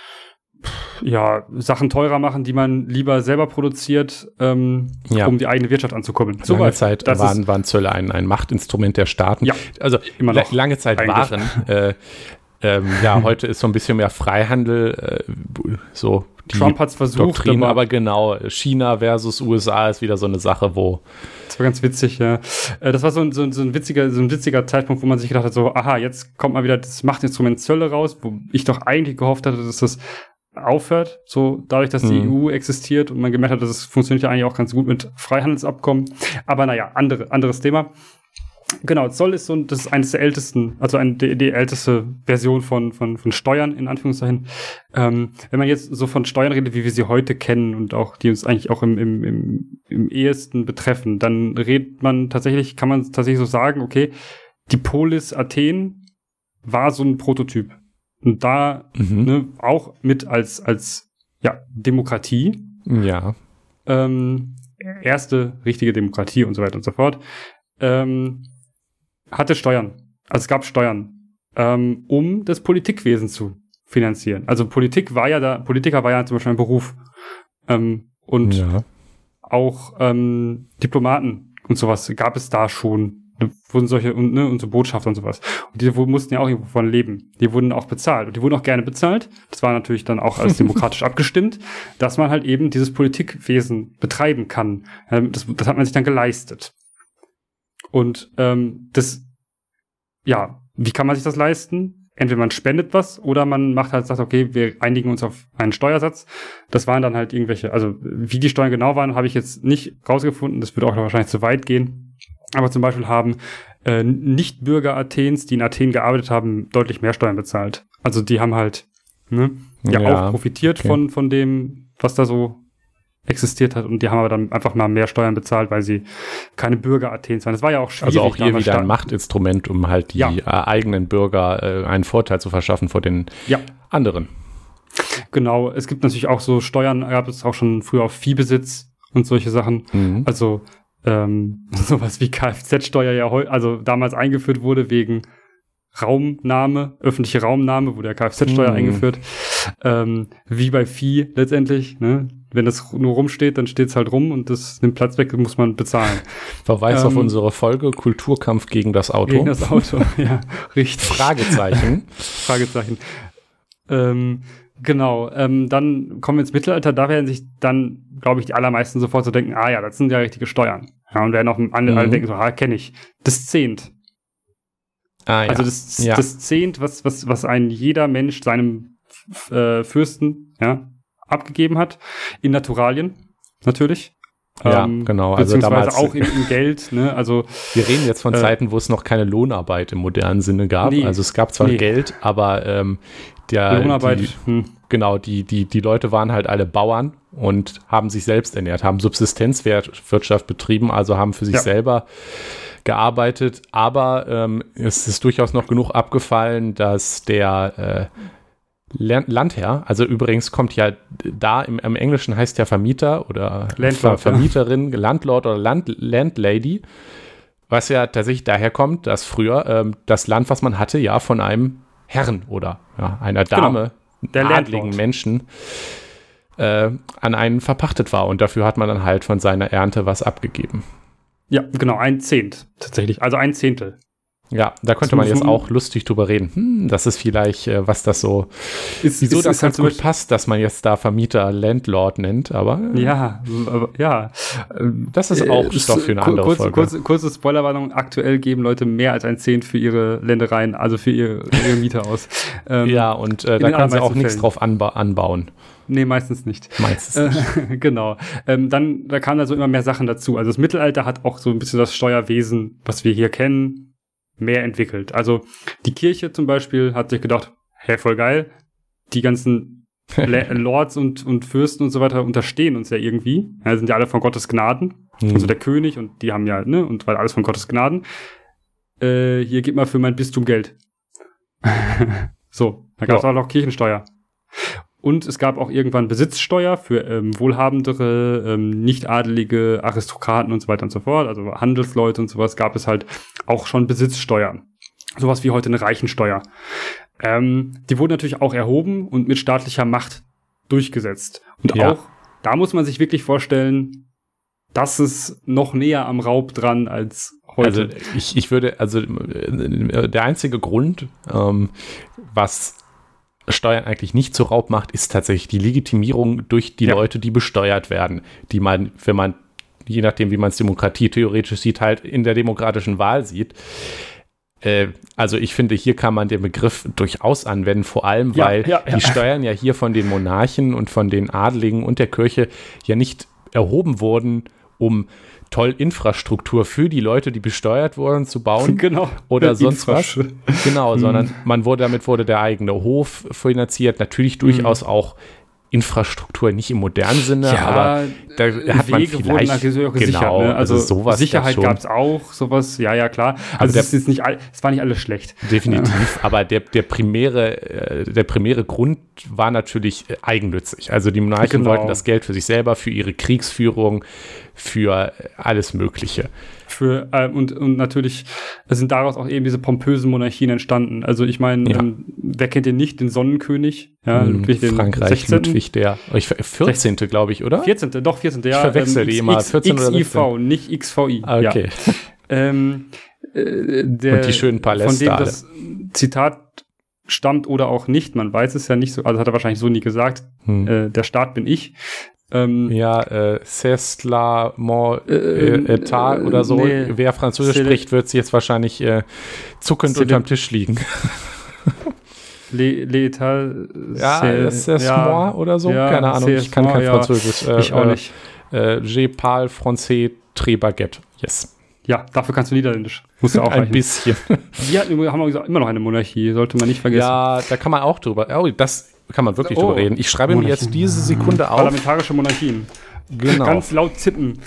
ja, Sachen teurer machen, die man lieber selber produziert, ähm, ja. um die eigene Wirtschaft anzukurbeln. So lange Zeit waren, waren Zölle ein, ein Machtinstrument der Staaten. Ja, also immer noch. Lange Zeit eigentlich. waren. Äh, ähm, ja, heute ist so ein bisschen mehr Freihandel, äh, so die Trump hat's versucht, Doktrin, aber, aber genau, China versus U S A ist wieder so eine Sache, wo das war ganz witzig, ja. Das war so ein, so ein, so ein witziger, so ein witziger Zeitpunkt, wo man sich gedacht hat, so, aha, jetzt kommt mal wieder das Machtinstrument Zölle raus, wo ich doch eigentlich gehofft hatte, dass das aufhört, so dadurch, dass die hm. E U existiert und man gemerkt hat, dass es funktioniert ja eigentlich auch ganz gut mit Freihandelsabkommen. Aber naja, andere, anderes Thema. Genau, Zoll ist so, das ist eines der ältesten, also eine, die, die älteste Version von, von, von Steuern, in Anführungszeichen. Ähm, wenn man jetzt so von Steuern redet, wie wir sie heute kennen und auch, die uns eigentlich auch im, im, im, im ehesten betreffen, dann redet man tatsächlich, kann man tatsächlich so sagen, okay, die Polis Athen war so ein Prototyp. Und da mhm. ne, auch mit als, als ja, Demokratie. Ja. Ähm, erste richtige Demokratie und so weiter und so fort. Ähm, hatte Steuern. Also es gab Steuern, ähm, um das Politikwesen zu finanzieren. Also Politik war ja da, Politiker war ja zum Beispiel ein Beruf. Ähm, und ja. auch ähm, Diplomaten und sowas gab es da schon. Wurden solche und ne, und so Botschafter und sowas. Und die mussten ja auch irgendwo von leben. Die wurden auch bezahlt. Und die wurden auch gerne bezahlt. Das war natürlich dann auch alles demokratisch abgestimmt, dass man halt eben dieses Politikwesen betreiben kann. Ähm, das, das hat man sich dann geleistet. Und ähm, das, ja, wie kann man sich das leisten? Entweder man spendet was oder man macht halt, sagt, okay, wir einigen uns auf einen Steuersatz. Das waren dann halt irgendwelche, also wie die Steuern genau waren, habe ich jetzt nicht rausgefunden. Das würde auch wahrscheinlich zu weit gehen. Aber zum Beispiel haben äh, Nicht-Bürger Athens, die in Athen gearbeitet haben, deutlich mehr Steuern bezahlt. Also die haben halt ne, ja, ja auch profitiert okay. von, von dem, was da so existiert hat. Und die haben aber dann einfach mal mehr Steuern bezahlt, weil sie keine Bürger Athens waren. Das war ja auch schwierig. Also auch hier wieder ein Machtinstrument, um halt die ja. äh, eigenen Bürger äh, einen Vorteil zu verschaffen vor den ja. anderen. Genau. Es gibt natürlich auch so Steuern, gab es auch schon früher auf Viehbesitz und solche Sachen. Mhm. Also Ähm, sowas wie Kfz-Steuer ja heu- also damals eingeführt wurde wegen Raumnahme, öffentliche Raumnahme, wurde ja Kfz-Steuer mm. eingeführt. Ähm, wie bei Vieh letztendlich, ne? Wenn es nur rumsteht, dann steht es halt rum und das nimmt Platz weg, muss man bezahlen. Verweis ähm, auf unsere Folge Kulturkampf gegen das Auto. Gegen das Auto, ja, richtig. Fragezeichen. Fragezeichen. Ähm, Genau, ähm, dann kommen wir ins Mittelalter, da werden sich dann, glaube ich, die allermeisten sofort so denken, ah ja, das sind ja richtige Steuern. Ja, und werden auch alle, mhm. alle denken so, ah, kenne ich. Das Zehnt. Ah, ja. Also das, ja. das Zehnt, was, was, was ein jeder Mensch seinem äh, Fürsten ja, abgegeben hat, in Naturalien, natürlich. Ja, ähm, genau. Also beziehungsweise damals auch in, in Geld. Ne? Also, wir reden jetzt von äh, Zeiten, wo es noch keine Lohnarbeit im modernen Sinne gab. Nee, also es gab zwar nee. Geld, aber ähm, der, Lohnarbeit, die, hm. genau, die, die, die Leute waren halt alle Bauern und haben sich selbst ernährt, haben Subsistenzwirtschaft betrieben, also haben für sich ja. selber gearbeitet. Aber ähm, es ist durchaus noch genug abgefallen, dass der äh, Landherr, also übrigens kommt ja da, im, im Englischen heißt ja Vermieter oder Landlord, Vermieterin, ja. Landlord oder Land, Landlady, was ja tatsächlich daher kommt, dass früher ähm, das Land, was man hatte, ja von einem Herrn oder ja, einer Dame, genau. Der adligen Landlord. Menschen äh, an einen verpachtet war und dafür hat man dann halt von seiner Ernte was abgegeben. Ja, genau, ein Zehnt tatsächlich, also ein Zehntel. Ja, da könnte man jetzt auch lustig drüber reden. Hm, das ist vielleicht, äh, was das so, ist, wieso ist, das ist ganz halt gut passt, dass man jetzt da Vermieter Landlord nennt, aber äh, ja, aber, ja. Das ist auch äh, Stoff für eine andere kurz, Folge. Kurze, kurze Spoilerwarnung, aktuell geben Leute mehr als ein Zehnt für ihre Ländereien, also für ihre, ihre Mieter aus. Ähm, ja, und äh, da kann sie auch nichts drauf anba- anbauen. Nee, meistens nicht. Meistens nicht. Äh, genau. Ähm, dann, da kamen also immer mehr Sachen dazu. Also das Mittelalter hat auch so ein bisschen das Steuerwesen, was wir hier kennen, mehr entwickelt. Also die Kirche zum Beispiel hat sich gedacht, hey, voll geil, die ganzen Le- Lords und, und Fürsten und so weiter unterstehen uns ja irgendwie. Ja, sind ja alle von Gottes Gnaden. Mhm. Also der König und die haben ja, ne, und weil alles von Gottes Gnaden. Äh, hier gib mal für mein Bistum Geld. So, da gab es ja auch noch Kirchensteuer. Und es gab auch irgendwann Besitzsteuer für ähm, wohlhabendere, ähm, nicht-adelige Aristokraten und so weiter und so fort. Also Handelsleute und sowas gab es halt auch schon Besitzsteuer. Sowas wie heute eine Reichensteuer. Ähm, die wurden natürlich auch erhoben und mit staatlicher Macht durchgesetzt. Und ja. auch, da muss man sich wirklich vorstellen, das ist noch näher am Raub dran als heute. Also ich, ich würde, also der einzige Grund, ähm, was Steuern eigentlich nicht zu Raub macht, ist tatsächlich die Legitimierung durch die ja. Leute, die besteuert werden, die man, wenn man, je nachdem, wie man es Demokratie theoretisch sieht, halt in der demokratischen Wahl sieht. Äh, also ich finde, hier kann man den Begriff durchaus anwenden, vor allem, ja, weil ja, ja. die Steuern ja hier von den Monarchen und von den Adeligen und der Kirche ja nicht erhoben wurden, um toll Infrastruktur für die Leute, die besteuert wurden, zu bauen genau. oder sonst was. Genau, sondern man wurde, damit wurde der eigene Hof finanziert, natürlich durchaus mhm. auch Infrastruktur, nicht im modernen Sinne, ja, aber da hat man Wege vielleicht wurden genau, gesichert, ne? Also, also sowas Sicherheit gab es auch, sowas, ja, ja, klar. Also aber es, ist nicht all, es war nicht alles schlecht. Definitiv, aber der, der, primäre, der primäre Grund war natürlich eigennützig. Also die Monarchen genau. wollten das Geld für sich selber, für ihre Kriegsführung, für alles Mögliche. Für, äh, und, und natürlich sind daraus auch eben diese pompösen Monarchien entstanden. Also ich meine, ja. ähm, wer kennt den nicht, den Sonnenkönig? Ja, hm, Ludwig den Frankreich, sechzehnten Ludwig der, vierzehnten glaube ich, oder? vierzehnten doch, vierzehnten ja. Ich verwechsel ähm, die immer, vierzehn oder X I V, nicht X V I. Okay. Ja. ähm, äh, der, und die schönen Paläste. Von dem das Zitat stammt oder auch nicht, man weiß es ja nicht so, also hat er wahrscheinlich so nie gesagt, hm. äh, der Staat bin ich. Ähm, ja, äh, c'est la mon äh, état oder so. Nee, wer Französisch spricht, wird jetzt wahrscheinlich äh, zuckend unterm Tisch liegen. L'état. Ja, c'est ja, moi oder so. Ja, keine Ahnung, ich kann kein ja. Französisch. Äh, ich auch nicht. Äh, Je parle français très baguette. Yes. Ja, dafür kannst du Niederländisch. Musst du auch Ein reichen. bisschen. Wir hatten, haben wir gesagt, immer noch eine Monarchie, sollte man nicht vergessen. Ja, da kann man auch drüber. Oh, das kann man wirklich oh, drüber reden. Ich schreibe mir jetzt diese Sekunde auf. Parlamentarische Monarchien. Genau. Ganz laut zippen.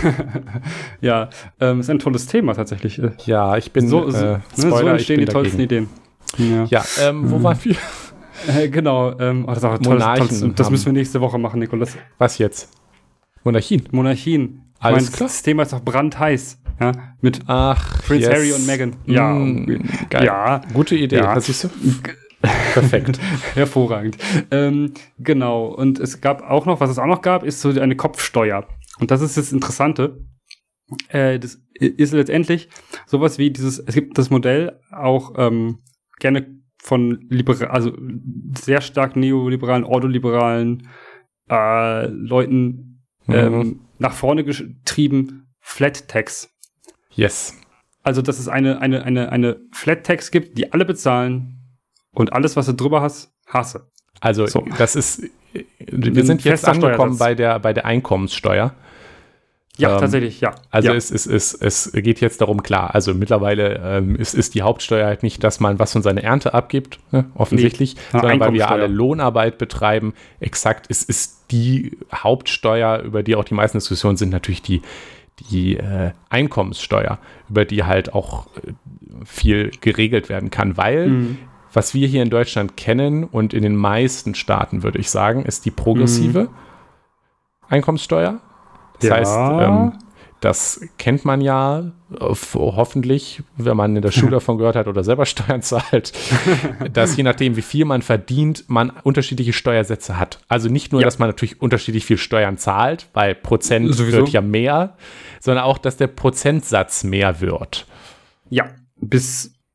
Ja, ähm, ist ein tolles Thema tatsächlich. Ja, ich bin so, so, äh, Spoiler, so entstehen die tollsten Ideen. Ja, ja ähm, wo mhm. waren wir? Äh, genau. Ähm, oh, das ist auch tolles, tolles, das müssen wir nächste Woche machen, Nikolas. Was jetzt? Monarchien? Monarchien. Alles ich mein, klar. Das Thema ist doch brandheiß. Ja, mit Ach, Prince yes. Harry und Meghan. Ja, mm, geil. Ja. Gute Idee. Ja. Das ist perfekt. Hervorragend. Ähm, genau. Und es gab auch noch, was es auch noch gab, ist so eine Kopfsteuer. Und das ist das Interessante. Äh, das ist letztendlich sowas wie dieses, es gibt das Modell auch ähm, gerne von liberal, also sehr stark neoliberalen, ordoliberalen äh, Leuten ähm, mhm. nach vorne getrieben, Flat Tax. Yes. Also, dass es eine, eine, eine, eine Flat Tax gibt, die alle bezahlen und alles, was du drüber hast, hasse. Also, so. Das ist, wir sind jetzt angekommen bei der, bei der Einkommenssteuer. Ja, ähm, tatsächlich, ja. Also ja. Es, es, es, es geht jetzt darum, klar, also mittlerweile ähm, ist, ist die Hauptsteuer halt nicht, dass man was von seiner Ernte abgibt, ne, offensichtlich, nee, sondern weil wir alle Lohnarbeit betreiben. Exakt, es ist die Hauptsteuer, über die auch die meisten Diskussionen sind, natürlich die, die äh, Einkommenssteuer, über die halt auch äh, viel geregelt werden kann, weil mhm. was wir hier in Deutschland kennen und in den meisten Staaten, würde ich sagen, ist die progressive mhm. Einkommenssteuer. Das ja. heißt, ähm, das kennt man ja hoffentlich, wenn man in der Schule davon gehört hat oder selber Steuern zahlt, dass je nachdem, wie viel man verdient, man unterschiedliche Steuersätze hat. Also nicht nur, ja. dass man natürlich unterschiedlich viel Steuern zahlt, weil Prozent Sowieso. wird ja mehr, sondern auch, dass der Prozentsatz mehr wird. Ja, bis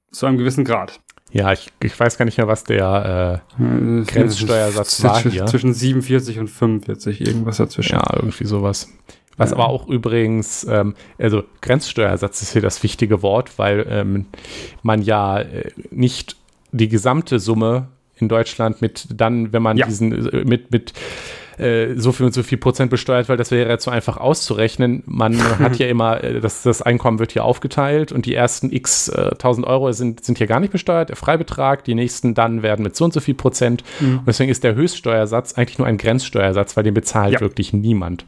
zu einem gewissen Grad. Ja, ich, ich weiß gar nicht mehr, was der äh, Grenzsteuersatz war hier. Zwischen siebenundvierzig und fünfundvierzig, irgendwas dazwischen. Ja, irgendwie sowas. Was ja. aber auch übrigens, ähm, also Grenzsteuersatz ist hier das wichtige Wort, weil ähm, man ja äh, nicht die gesamte Summe in Deutschland mit dann, wenn man ja. diesen äh, mit, mit äh, so viel und so viel Prozent besteuert, weil das wäre jetzt so einfach auszurechnen. Man hat ja immer, äh, das, das Einkommen wird hier aufgeteilt und die ersten x äh, tausend Euro sind, sind hier gar nicht besteuert, der Freibetrag, die nächsten dann werden mit so und so viel Prozent. Mhm. Und deswegen ist der Höchststeuersatz eigentlich nur ein Grenzsteuersatz, weil den bezahlt ja. wirklich niemand.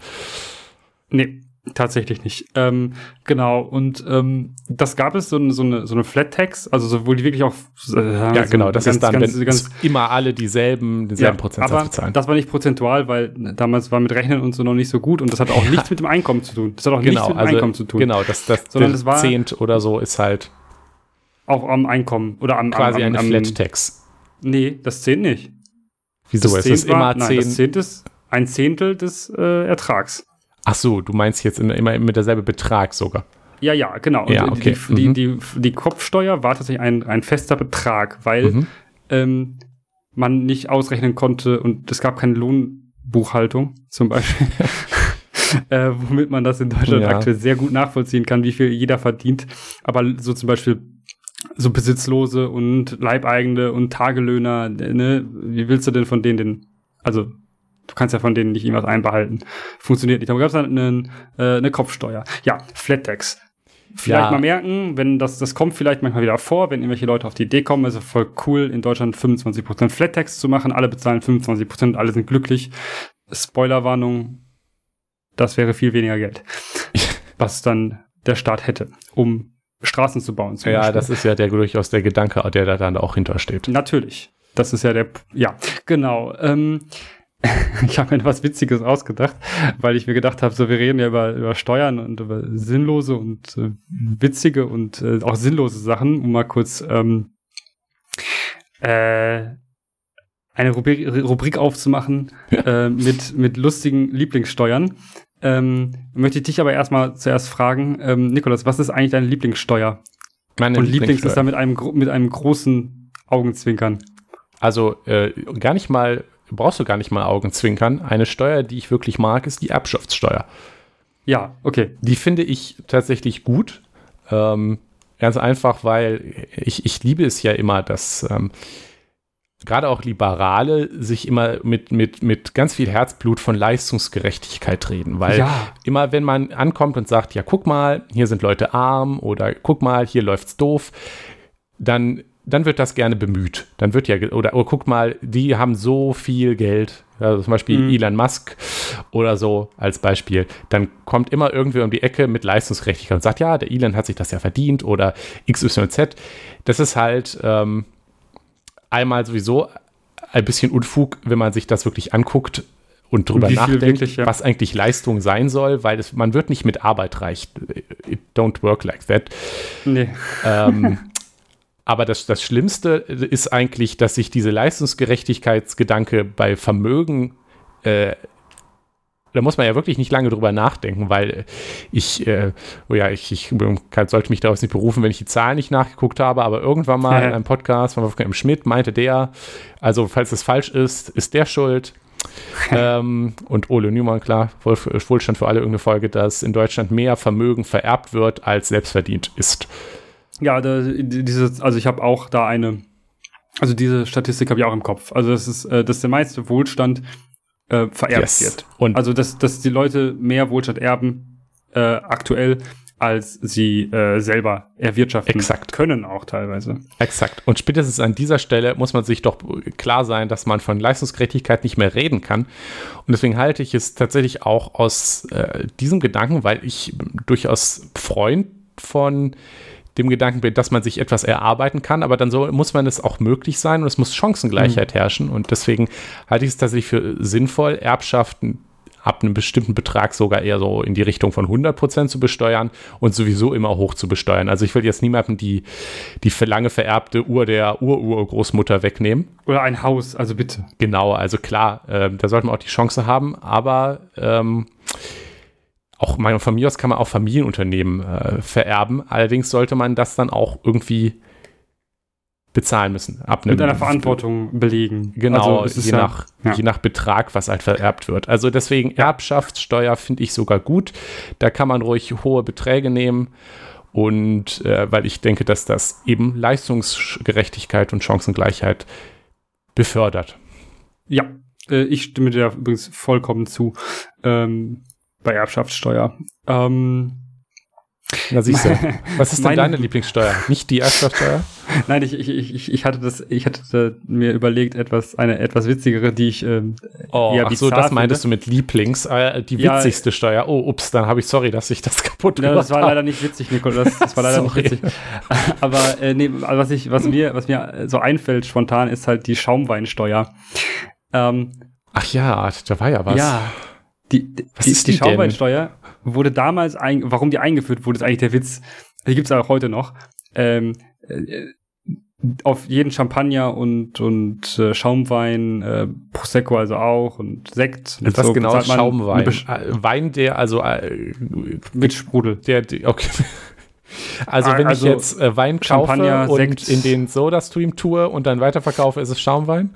Nee, tatsächlich nicht. Ähm, genau, und ähm, das gab es, so, so eine, so eine Flat-Tax, also so, wo die wirklich auch äh, ja, so genau, das ganz, ist dann, ganz, wenn ganz, immer alle dieselben, denselben ja, Prozentsatz aber bezahlen. Das war nicht prozentual, weil damals war mit Rechnen und so noch nicht so gut und das hat auch nichts mit dem Einkommen zu tun. Das hat auch genau, nichts mit dem also, Einkommen zu tun. Genau, das, das, sondern das war Zehnt oder so ist halt auch am Einkommen oder am quasi am, am, eine am, Flat-Tax. Nee, das Zehnt nicht. Wieso? Das ist es war, immer nein, zehn? Das Zehnt ist ein Zehntel des äh, Ertrags. Ach so, du meinst jetzt immer, immer mit derselbe Betrag sogar. Ja, ja, genau. Ja, und okay. die, mhm. die, die, die Kopfsteuer war tatsächlich ein, ein fester Betrag, weil mhm. ähm, man nicht ausrechnen konnte und es gab keine Lohnbuchhaltung zum Beispiel, äh, womit man das in Deutschland ja. aktuell sehr gut nachvollziehen kann, wie viel jeder verdient. Aber so zum Beispiel so Besitzlose und Leibeigene und Tagelöhner, ne? Wie willst du denn von denen denn, also du kannst ja von denen nicht irgendwas einbehalten. Funktioniert nicht. Aber gab es dann eine, äh, eine Kopfsteuer. Ja, Flat-Tax. Vielleicht ja. mal merken, wenn das, das kommt vielleicht manchmal wieder vor, wenn irgendwelche Leute auf die Idee kommen, ist es voll cool, in Deutschland fünfundzwanzig Prozent Flat-Tax zu machen. Alle bezahlen fünfundzwanzig Prozent, alle sind glücklich. Spoilerwarnung, das wäre viel weniger Geld, was dann der Staat hätte, um Straßen zu bauen. Zum ja, Beispiel. Das ist ja der, durchaus der Gedanke, der da dann auch hintersteht. Natürlich. Das ist ja der, ja, genau. Ähm, ich habe mir etwas Witziges ausgedacht, weil ich mir gedacht habe, so wir reden ja über, über Steuern und über sinnlose und äh, witzige und äh, auch sinnlose Sachen, um mal kurz ähm, äh, eine Rubrik, Rubrik aufzumachen äh, mit, mit lustigen Lieblingssteuern. Ähm, möchte ich dich aber erstmal zuerst fragen, ähm, Nikolas, was ist eigentlich deine Lieblingssteuer? Meine und Lieblingssteuer. Lieblings ist da mit einem, mit einem großen Augenzwinkern. Also äh, gar nicht mal brauchst du gar nicht mal Augenzwinkern. Eine Steuer, die ich wirklich mag, ist die Erbschaftssteuer. Ja, okay. Die finde ich tatsächlich gut. Ähm, ganz einfach, weil ich, ich liebe es ja immer, dass ähm, gerade auch Liberale sich immer mit, mit, mit ganz viel Herzblut von Leistungsgerechtigkeit reden. Weil ja. immer, wenn man ankommt und sagt, ja, guck mal, hier sind Leute arm oder guck mal, hier läuft's doof, dann dann wird das gerne bemüht. Dann wird ja, oder oh, guck mal, die haben so viel Geld, also zum Beispiel mhm. Elon Musk oder so als Beispiel. Dann kommt immer irgendwer um die Ecke mit Leistungsgerechtigkeit und sagt, ja, der Elon hat sich das ja verdient oder X Y Z. Das ist halt ähm, einmal sowieso ein bisschen Unfug, wenn man sich das wirklich anguckt und drüber und nachdenkt, wirklich, ja. was eigentlich Leistung sein soll, weil es, man wird nicht mit Arbeit reich. It don't work like that. Nee. Ähm, Aber das, das Schlimmste ist eigentlich, dass sich diese Leistungsgerechtigkeitsgedanke bei Vermögen, äh, da muss man ja wirklich nicht lange drüber nachdenken, weil ich, äh, oh ja, ich, ich kann, sollte mich darauf nicht berufen, wenn ich die Zahlen nicht nachgeguckt habe, aber irgendwann mal ja. in einem Podcast von Wolfgang M. Schmidt meinte der, also falls es falsch ist, ist der schuld. ähm, und Ole Newman, klar, Wohlstand für alle, irgendeine Folge, dass in Deutschland mehr Vermögen vererbt wird, als selbstverdient ist. Ja, da, dieses, also ich habe auch da eine, also diese Statistik habe ich auch im Kopf. Also das ist, äh, dass der meiste Wohlstand äh, vererbt yes. wird. Und also dass, dass die Leute mehr Wohlstand erben äh, aktuell, als sie äh, selber erwirtschaften Exakt. können auch teilweise. Exakt. Und spätestens an dieser Stelle muss man sich doch klar sein, dass man von Leistungsgerechtigkeit nicht mehr reden kann. Und deswegen halte ich es tatsächlich auch aus äh, diesem Gedanken, weil ich durchaus Freund von dem Gedanken bin, dass man sich etwas erarbeiten kann, aber dann so muss man es auch möglich sein und es muss Chancengleichheit mhm. herrschen. Und deswegen halte ich es tatsächlich für sinnvoll, Erbschaften ab einem bestimmten Betrag sogar eher so in die Richtung von hundert Prozent zu besteuern und sowieso immer hoch zu besteuern. Also ich will jetzt niemandem die, die für lange vererbte Uhr der Ur-Ur-Großmutter wegnehmen. Oder ein Haus, also bitte. Genau, also klar, äh, da sollte man auch die Chance haben, aber ähm, auch von mir aus kann man auch Familienunternehmen äh, vererben. Allerdings sollte man das dann auch irgendwie bezahlen müssen. Ab einem, mit einer Verantwortung belegen. Genau, also, je, ja, nach, ja. je nach Betrag, was halt vererbt wird. Also deswegen Erbschaftssteuer finde ich sogar gut. Da kann man ruhig hohe Beträge nehmen. Und äh, weil ich denke, dass das eben Leistungsgerechtigkeit und Chancengleichheit befördert. Ja, äh, ich stimme dir übrigens vollkommen zu ähm, bei Erbschaftssteuer. Ähm, Na siehst du, was ist denn deine Lieblingssteuer? Nicht die Erbschaftssteuer? Nein, ich, ich, ich, ich hatte das, ich hatte mir überlegt, etwas, eine etwas witzigere, die ich ähm, oh, eher ach so, bizarr das meintest finde. du mit Lieblings, äh, die Ja, witzigste Steuer. Oh, ups, dann habe ich, sorry, dass ich das kaputt Ja, gemacht das war habe. leider nicht witzig, Nico. Das, das war leider nicht Sorry. witzig. Aber äh, nee, also was ich, was mir, was mir so einfällt spontan, ist halt die Schaumweinsteuer. Ähm, Ach ja, da war ja was. Ja, die, die, Was die, ist die die denn? Schaumweinsteuer wurde damals, ein, warum die eingeführt wurde, ist eigentlich der Witz. Die gibt's auch heute noch. Ähm, äh, auf jeden Champagner und und äh, Schaumwein, äh, Prosecco also auch und Sekt. Und Was so genau ist bezahlt man Schaumwein? eine Besch- Äh, Wein, der, also äh, mit Sprudel. der, der okay. Also wenn Also ich jetzt äh, Wein kaufe Champagner, und Sekt. in den Soda-Stream tue und dann weiterverkaufe, ist es Schaumwein?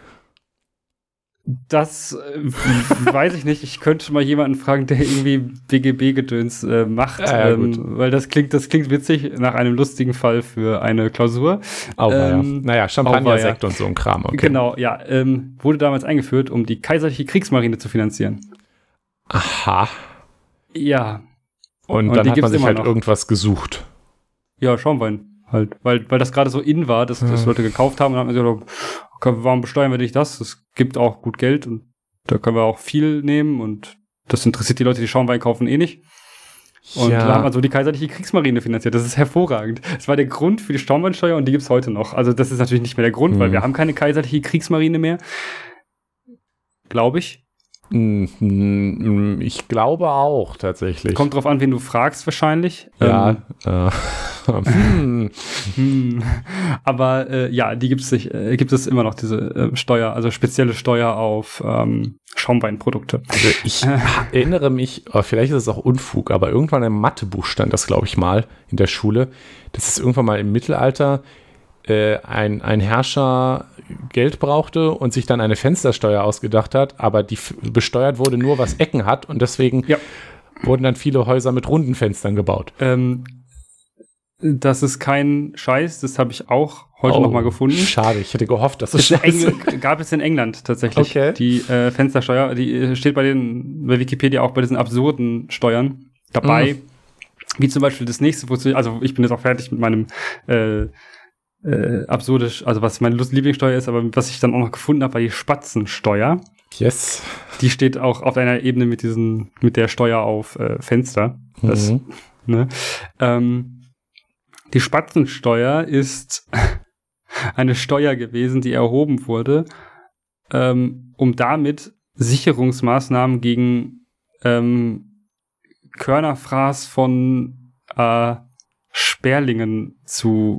Das äh, weiß ich nicht. Ich könnte mal jemanden fragen, der irgendwie B G B-Gedöns äh, macht, Ja, ja, ähm, weil das klingt, das klingt witzig nach einem lustigen Fall für eine Klausur. Auweia. Ähm, Naja, Champagner, auweia. Sekt und so ein Kram. Okay. Genau, ja. Ähm, wurde damals eingeführt, um die kaiserliche Kriegsmarine zu finanzieren. Aha. Ja. Und, Und dann die hat gibt's man sich immer halt noch. irgendwas gesucht. Ja, Schaumwein halt. Weil, weil das gerade so in war, dass das Hm. Leute gekauft haben und dann hat man gesagt, okay, warum besteuern wir nicht das? Es gibt auch gut Geld und da können wir auch viel nehmen und das interessiert die Leute, die Schaumwein kaufen, eh nicht. Und Ja. da haben wir so die kaiserliche Kriegsmarine finanziert. Das ist hervorragend. Das war der Grund für die Schaumweinsteuer und die gibt's heute noch. Also das ist natürlich nicht mehr der Grund, Hm. weil wir haben keine kaiserliche Kriegsmarine mehr. Glaube ich. Mm, mm, Ich glaube auch, tatsächlich. Kommt drauf an, wen du fragst wahrscheinlich. Ja. Ähm, Äh, hm. hm. Aber äh, ja, die gibt's sich, äh, gibt es immer noch, diese äh, Steuer, also spezielle Steuer auf ähm, Schaumweinprodukte. Also ich erinnere mich, oh, vielleicht ist es auch Unfug, aber irgendwann im Mathebuch stand das, glaube ich, mal in der Schule. Das ist irgendwann mal im Mittelalter äh, ein, ein Herrscher Geld brauchte und sich dann eine Fenstersteuer ausgedacht hat, aber die f- besteuert wurde nur, was Ecken hat und deswegen Ja. wurden dann viele Häuser mit runden Fenstern gebaut. Ähm, das ist kein Scheiß, das habe ich auch heute Oh, noch mal gefunden. Schade, ich hätte gehofft, dass Das es ist in Engl- gab es in England tatsächlich. Okay. Die äh, Fenstersteuer, die äh, steht bei den bei Wikipedia auch bei diesen absurden Steuern dabei. Mm. Wie zum Beispiel das nächste, wozu ich, also ich bin jetzt auch fertig mit meinem äh, äh, absurdisch, also was meine Lust- Lieblingssteuer ist, aber was ich dann auch noch gefunden habe, war die Spatzensteuer. Yes. Die steht auch auf einer Ebene mit diesen, mit der Steuer auf äh, Fenster. Das, Mhm. ne? ähm, die Spatzensteuer ist eine Steuer gewesen, die erhoben wurde, ähm, um damit Sicherungsmaßnahmen gegen ähm, Körnerfraß von äh, Sperlingen zu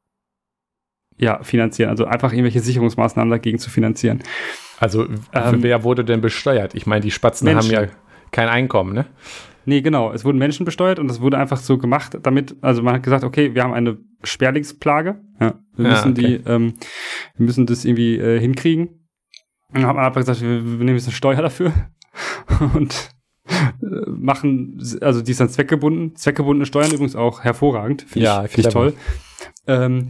ja, finanzieren. Also einfach irgendwelche Sicherungsmaßnahmen dagegen zu finanzieren. Also, Ähm, wer wurde denn besteuert? Ich meine, die Spatzen Menschen. haben ja kein Einkommen, ne? Nee, genau. Es wurden Menschen besteuert und das wurde einfach so gemacht, damit, also man hat gesagt, okay, wir haben eine Sperlingsplage. Ja, wir Ja, müssen okay. die, ähm, wir müssen das irgendwie äh, hinkriegen. Und dann hat man einfach gesagt, wir, wir nehmen jetzt eine Steuer dafür und äh, machen, also die ist dann zweckgebunden. Zweckgebundene Steuern übrigens auch hervorragend. Finde Ja, ich, find ich clever. toll. Ähm,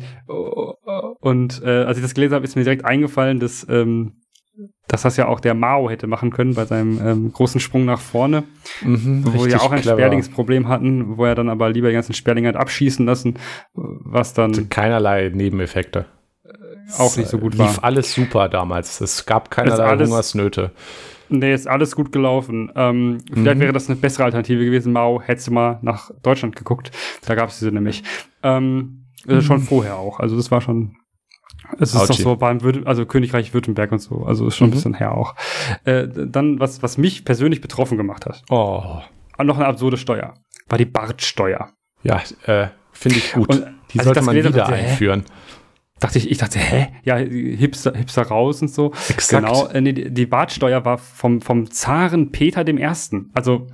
und äh, als ich das gelesen habe, ist mir direkt eingefallen, dass, ähm, dass das ja auch der Mao hätte machen können bei seinem ähm, großen Sprung nach vorne. Mhm, Wo wir richtig ja auch ein clever. Sperlingsproblem hatten, wo er dann aber lieber die ganzen Sperlinge hat abschießen lassen, was dann Keinerlei Nebeneffekte. auch nicht so gut Lief war. alles super damals. Es gab keinerlei alles- Hungersnöte. Nee, ist alles gut gelaufen. Ähm, vielleicht Mhm. wäre das eine bessere Alternative gewesen. Mao, hättest du mal nach Deutschland geguckt. Da gab es diese nämlich. Ähm, äh, schon vorher auch. Also das war schon. Es ist doch Autschi. so Baden-Württemberg, also Königreich Württemberg und so. Also ist schon Mhm. ein bisschen her auch. Äh, dann, was, was mich persönlich betroffen gemacht hat, Oh, ah, noch eine absurde Steuer, war die Bartsteuer. ja, äh, finde ich gut. Und Die als ich sollte das man gelesen wieder habe, dachte ich, hä? einführen. Dachte ich, ich dachte, hä? Ja, Hipster, Hipster raus und so. Exakt. Genau, äh, nee, die die Bartsteuer war vom, vom Zaren Peter dem Ersten. Also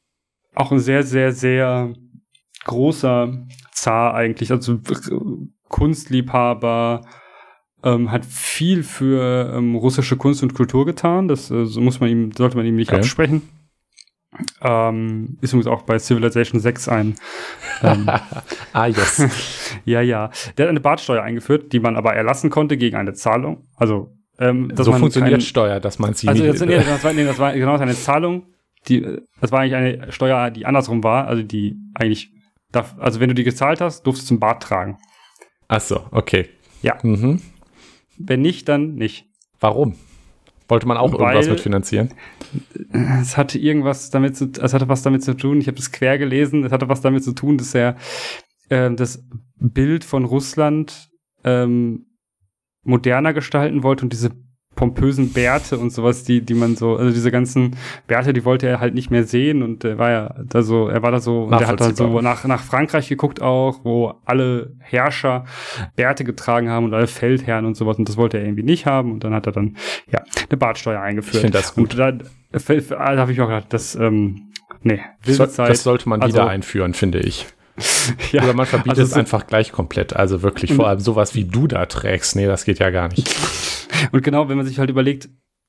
auch ein sehr, sehr, sehr großer Zar eigentlich. Also Kunstliebhaber, ähm, hat viel für ähm, russische Kunst und Kultur getan. Das äh, so muss man ihm, sollte man ihm nicht okay. absprechen. Ähm, ist übrigens auch bei Civilization sechs ein. Ähm, ah, yes. ja, ja. Der hat eine Bartsteuer eingeführt, die man aber erlassen konnte gegen eine Zahlung. Also, ähm, dass so man funktioniert kein, Steuer, dass man sie also nicht... Also, nee, das war, nee, das war genau eine Zahlung, die, das war eigentlich eine Steuer, die andersrum war, also die eigentlich, darf, also wenn du die gezahlt hast, durftest du einen Bart tragen. Ach so, okay. Ja. Mhm. Wenn nicht, dann nicht. Warum? Wollte man auch Weil irgendwas mitfinanzieren? Es hatte irgendwas damit zu, es hatte was damit zu tun, ich habe das quer gelesen, es hatte was damit zu tun, dass er äh, das Bild von Russland ähm, moderner gestalten wollte und diese pompösen Bärte und sowas, die die man so, also diese ganzen Bärte, die wollte er halt nicht mehr sehen und er war ja da so, er war da so, und er hat dann so nach nach Frankreich geguckt auch, wo alle Herrscher Bärte getragen haben und alle Feldherren und sowas und das wollte er irgendwie nicht haben und dann hat er dann ja eine Bartsteuer eingeführt. Ich finde das gut. Und da, da habe ich auch gedacht, das ähm, nee, wilde Zeit. Das sollte man also, wieder einführen, finde ich. Ja, oder man verbietet also es einfach gleich komplett. Also wirklich, vor allem sowas wie du da trägst. Nee, das geht ja gar nicht. Und genau, wenn man sich halt überlegt,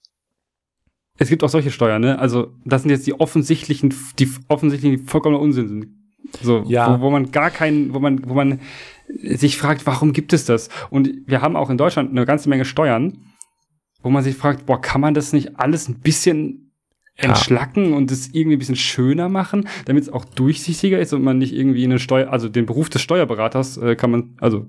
es gibt auch solche Steuern, ne? Also, das sind jetzt die offensichtlichen, die offensichtlichen vollkommener Unsinn sind. So, ja. wo, wo man gar keinen, wo man, wo man sich fragt, warum gibt es das? Und wir haben auch in Deutschland eine ganze Menge Steuern, wo man sich fragt, boah, kann man das nicht alles ein bisschen entschlacken ja. und es irgendwie ein bisschen schöner machen, damit es auch durchsichtiger ist und man nicht irgendwie eine Steuer, also den Beruf des Steuerberaters äh, kann man, also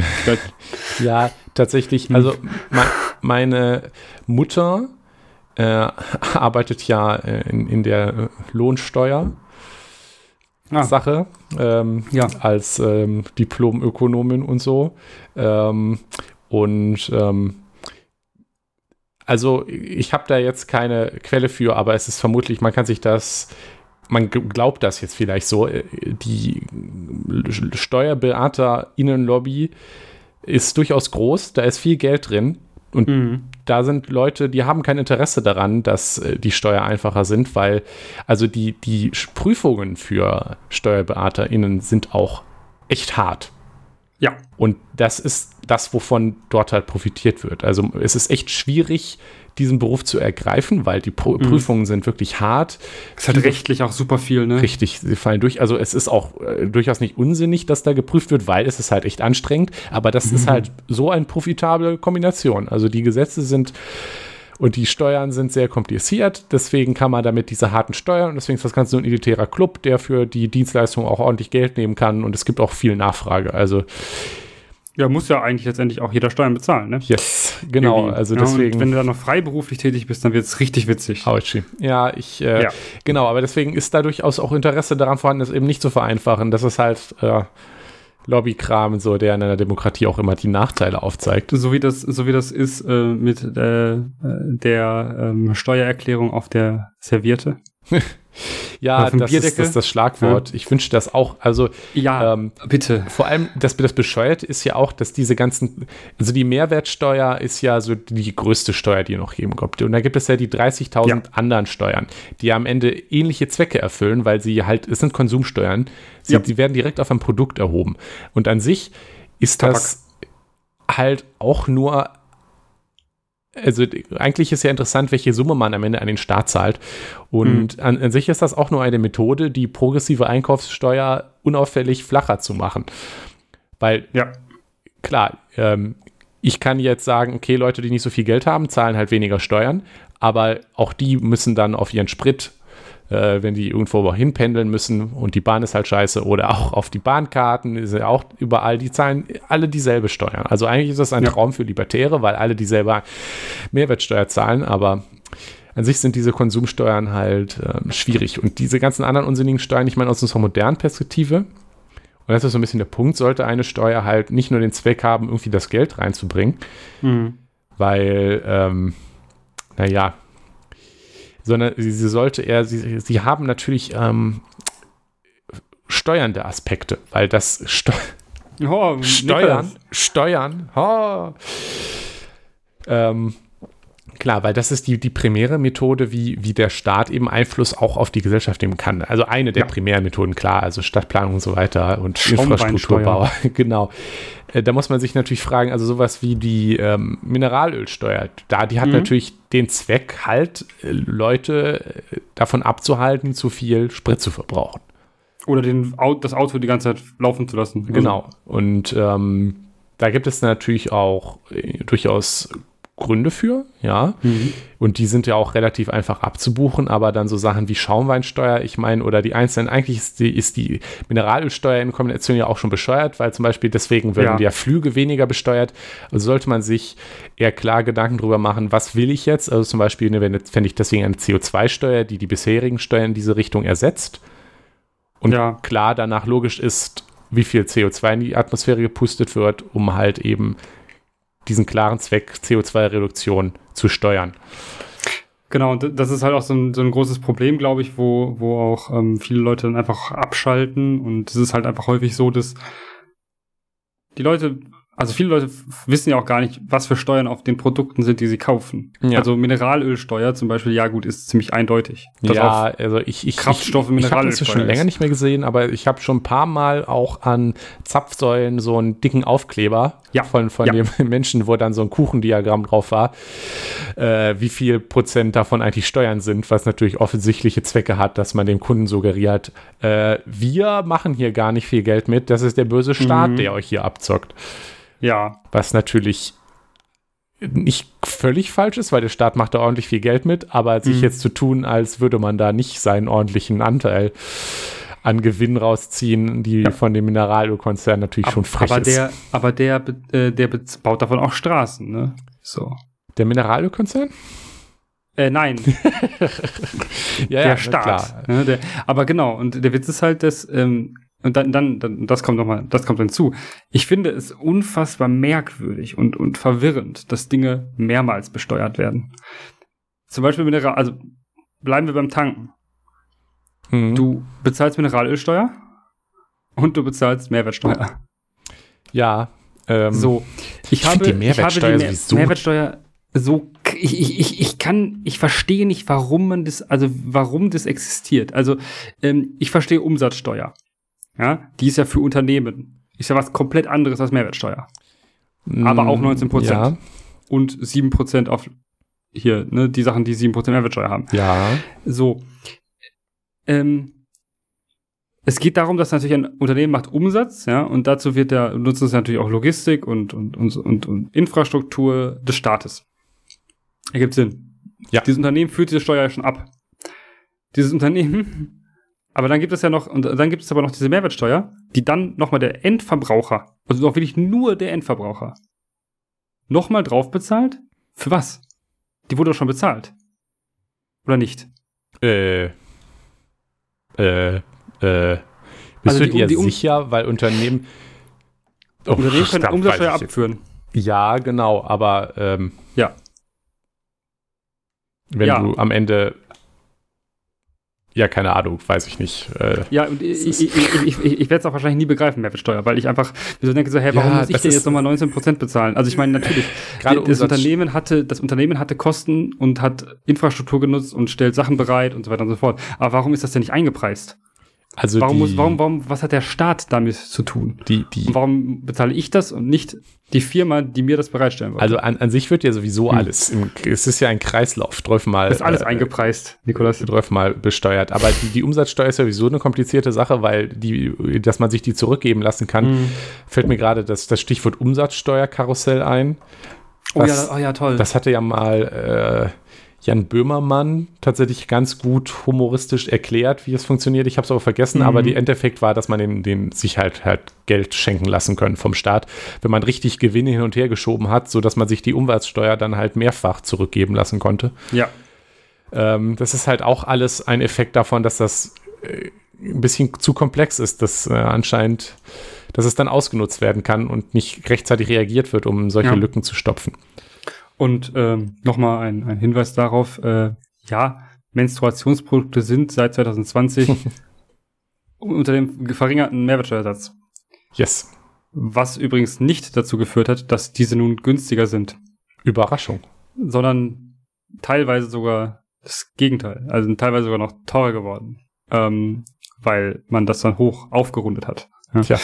ja, tatsächlich, also me- meine Mutter äh, arbeitet ja in, in der Lohnsteuer ah. Sache ähm, ja. als ähm, Diplom-Ökonomin und so ähm, und ähm, also ich habe da jetzt keine Quelle für, aber es ist vermutlich, man kann sich das, man glaubt das jetzt vielleicht so, die SteuerberaterInnenlobby ist durchaus groß, da ist viel Geld drin und mhm. da sind Leute, die haben kein Interesse daran, dass die Steuer einfacher sind, weil also die, die Prüfungen für SteuerberaterInnen sind auch echt hart. Ja. Und das ist das, wovon dort halt profitiert wird. Also es ist echt schwierig, diesen Beruf zu ergreifen, weil die Pro- mhm. Prüfungen sind wirklich hart. Es hat rechtlich auch super viel, ne? Richtig, sie fallen durch. Also es ist auch äh, durchaus nicht unsinnig, dass da geprüft wird, weil es ist halt echt anstrengend. Aber das mhm. ist halt so eine profitable Kombination. Also die Gesetze sind und die Steuern sind sehr kompliziert, deswegen kann man damit diese harten Steuern und deswegen ist das Ganze so ein elitärer Club, der für die Dienstleistung auch ordentlich Geld nehmen kann und es gibt auch viel Nachfrage, also ja, muss ja eigentlich letztendlich auch jeder Steuern bezahlen, ne? Yes, genau, irgendwie. Also ja, deswegen. Und wenn du dann noch freiberuflich tätig bist, dann wird es richtig witzig. Autschi. Ja, ich, äh, ja. genau, aber deswegen ist da durchaus auch Interesse daran vorhanden, das eben nicht zu vereinfachen, das ist halt äh, Lobbykram, so, der in einer Demokratie auch immer die Nachteile aufzeigt. So wie das, so wie das ist äh, mit äh, der ähm, Steuererklärung auf der Serviette. Ja, das ist, das ist das Schlagwort. Ja. Ich wünsche das auch. Also, ja, ähm, bitte. Vor allem, das, das Bescheuerte ist ja auch, dass diese ganzen, also die Mehrwertsteuer ist ja so die größte Steuer, die noch geben kommt. Und da gibt es ja die dreißigtausend ja. anderen Steuern, die am Ende ähnliche Zwecke erfüllen, weil sie halt, es sind Konsumsteuern, sie, ja. die werden direkt auf ein Produkt erhoben. Und an sich ist Tabak. Das halt auch nur, also eigentlich ist ja interessant, welche Summe man am Ende an den Staat zahlt. Und mhm. an, an sich ist das auch nur eine Methode, die progressive Einkaufssteuer unauffällig flacher zu machen. Weil, ja. klar, ähm, ich kann jetzt sagen, okay, Leute, die nicht so viel Geld haben, zahlen halt weniger Steuern, aber auch die müssen dann auf ihren Sprit, äh, wenn die irgendwo hinpendeln müssen und die Bahn ist halt scheiße, oder auch auf die Bahnkarten, ist ja auch überall, die zahlen alle dieselbe Steuern. Also eigentlich ist das ein ja. Traum für Libertäre, weil alle dieselbe Mehrwertsteuer zahlen, aber an sich sind diese Konsumsteuern halt äh, schwierig. Und diese ganzen anderen unsinnigen Steuern, ich meine aus unserer modernen Perspektive, und das ist so ein bisschen der Punkt, sollte eine Steuer halt nicht nur den Zweck haben, irgendwie das Geld reinzubringen, mhm. weil, ähm, naja, sondern sie, sie sollte eher, sie, sie haben natürlich ähm, steuernde Aspekte, weil das Steu- oh, Steuern, Steuern, oh, ähm, Klar, weil das ist die, die primäre Methode, wie, wie der Staat eben Einfluss auch auf die Gesellschaft nehmen kann. Also eine der Ja. primären Methoden, klar, also Stadtplanung und so weiter und Infrastrukturbau. Genau. Äh, da muss man sich natürlich fragen, also sowas wie die ähm, Mineralölsteuer, da, die hat Mhm. natürlich den Zweck, halt äh, Leute äh, davon abzuhalten, zu viel Sprit zu verbrauchen. Oder den, Au- das Auto die ganze Zeit laufen zu lassen. Genau. Und ähm, da gibt es natürlich auch äh, durchaus Gründe für, ja. Mhm. Und die sind ja auch relativ einfach abzubuchen, aber dann so Sachen wie Schaumweinsteuer, ich meine, oder die einzelnen, eigentlich ist die, ist die Mineralölsteuer in Kombination ja auch schon bescheuert, weil zum Beispiel deswegen werden Ja. ja Flüge weniger besteuert. Also sollte man sich eher klar Gedanken drüber machen, was will ich jetzt? Also zum Beispiel ne, wenn- fände ich deswegen eine C O zwei Steuer, die die bisherigen Steuern in diese Richtung ersetzt. Und Ja. klar danach logisch ist, wie viel C O zwei in die Atmosphäre gepustet wird, um halt eben diesen klaren Zweck C O zwei Reduktion zu steuern. Genau, und das ist halt auch so ein, so ein großes Problem, glaube ich, wo, wo auch ähm, viele Leute dann einfach abschalten. Und es ist halt einfach häufig so, dass die Leute, also viele Leute f- wissen ja auch gar nicht, was für Steuern auf den Produkten sind, die sie kaufen. Ja. Also Mineralölsteuer zum Beispiel, ja gut, ist ziemlich eindeutig. Dass Ja, auf- also ich, ich, Kraftstoffe, ich, ich habe das ja schon Mineralölsteuer länger ist. nicht mehr gesehen, aber ich habe schon ein paar Mal auch an Zapfsäulen so einen dicken Aufkleber Ja, von, von ja. dem Menschen, wo dann so ein Kuchendiagramm drauf war, äh, wie viel Prozent davon eigentlich Steuern sind, was natürlich offensichtliche Zwecke hat, dass man dem Kunden suggeriert, äh, wir machen hier gar nicht viel Geld mit, das ist der böse Staat, Mhm. der euch hier abzockt. Ja, Was natürlich nicht völlig falsch ist, weil der Staat macht da ordentlich viel Geld mit, aber sich Mhm. jetzt zu tun, als würde man da nicht seinen ordentlichen Anteil an Gewinn rausziehen, die Ja. von dem Mineralölkonzern natürlich schon frech aber ist. der, aber der, be- äh, der be- baut davon auch Straßen, ne? So. Der Mineralölkonzern? Äh, nein, Ja, der na Staat. klar. Ne, der, aber genau, und der Witz ist halt, dass, ähm, und dann, dann, dann, das kommt nochmal, das kommt hinzu. Ich finde es unfassbar merkwürdig und, und verwirrend, dass Dinge mehrmals besteuert werden. Zum Beispiel Mineral, also bleiben wir beim Tanken. Mhm. Du bezahlst Mineralölsteuer und du bezahlst Mehrwertsteuer. Ja. Ähm, So, ich, ich habe find die Mehrwertsteuer ich habe die Mehr- sowieso- Mehrwertsteuer so ich, ich, ich, ich kann, ich verstehe nicht, warum man das, also warum das existiert. Also ähm, ich verstehe Umsatzsteuer. Ja, die ist ja für Unternehmen. Ist ja was komplett anderes als Mehrwertsteuer. Aber auch neunzehn Prozent. Ja. Und sieben Prozent auf hier, ne, die Sachen, die sieben Prozent Mehrwertsteuer haben. Ja. So. Ähm, es geht darum, dass natürlich ein Unternehmen macht Umsatz, ja, und dazu wird der, nutzen es natürlich auch Logistik und, und, und, und, und Infrastruktur des Staates. Ergibt Sinn. Ja. Dieses Unternehmen führt diese Steuer ja schon ab. Dieses Unternehmen, aber dann gibt es ja noch, und dann gibt es aber noch diese Mehrwertsteuer, die dann nochmal der Endverbraucher, also auch wirklich nur der Endverbraucher, nochmal drauf bezahlt? Für was? Die wurde doch schon bezahlt. Oder nicht? Äh. Äh. Äh. Bist Also du die- dir die Um- sicher, weil Unternehmen. Oh, Unternehmen können da Umsatzsteuer weiß ich jetzt. abführen. Ja, genau, aber ähm, Ja. wenn Ja. du am Ende, ja, keine Ahnung, weiß ich nicht. Äh, Ja, und ich, ich, ich, ich, ich, ich werde es auch wahrscheinlich nie begreifen, Mehrwertsteuer, weil ich einfach mir so denke, so, hä, warum Ja, muss ich das denn ist- jetzt nochmal neunzehn Prozent bezahlen? Also ich meine, natürlich, Gerade das Umsatz- Unternehmen hatte, das Unternehmen hatte Kosten und hat Infrastruktur genutzt und stellt Sachen bereit und so weiter und so fort. Aber warum ist das denn nicht eingepreist? also Warum die, muss, warum, warum, was hat der Staat damit zu tun? die, die, Und warum bezahle ich das und nicht die Firma, die mir das bereitstellen wollte? also an, an sich wird ja sowieso Hm. alles, im, es ist ja ein Kreislauf, drauf mal. das ist alles äh, eingepreist, Nikolas. drauf mal besteuert. Aber die, die Umsatzsteuer ist sowieso eine komplizierte Sache, weil die, dass man sich die zurückgeben lassen kann, Hm. fällt mir gerade das, das Stichwort Umsatzsteuerkarussell ein. Oh ja, Was- oh ja, toll. Das hatte ja mal äh, Jan Böhmermann tatsächlich ganz gut humoristisch erklärt, wie es funktioniert. Ich habe es aber vergessen, Mhm. aber der Endeffekt war, dass man den, den sich halt, halt Geld schenken lassen können vom Staat, wenn man richtig Gewinne hin und her geschoben hat, sodass man sich die Umsatzsteuer dann halt mehrfach zurückgeben lassen konnte. ja. Ähm, das ist halt auch alles ein Effekt davon, dass das äh, ein bisschen zu komplex ist, dass äh, anscheinend, dass es dann ausgenutzt werden kann und nicht rechtzeitig reagiert wird, um solche Ja. Lücken zu stopfen. Und ähm, nochmal ein, ein Hinweis darauf, äh, ja, Menstruationsprodukte sind seit zwanzig zwanzig unter dem verringerten Mehrwertsteuersatz. Yes. Was übrigens nicht dazu geführt hat, dass diese nun günstiger sind, Überraschung. sondern teilweise sogar das Gegenteil. Also sind teilweise sogar noch teurer geworden. Ähm, weil man das dann hoch aufgerundet hat. Ja. Tja.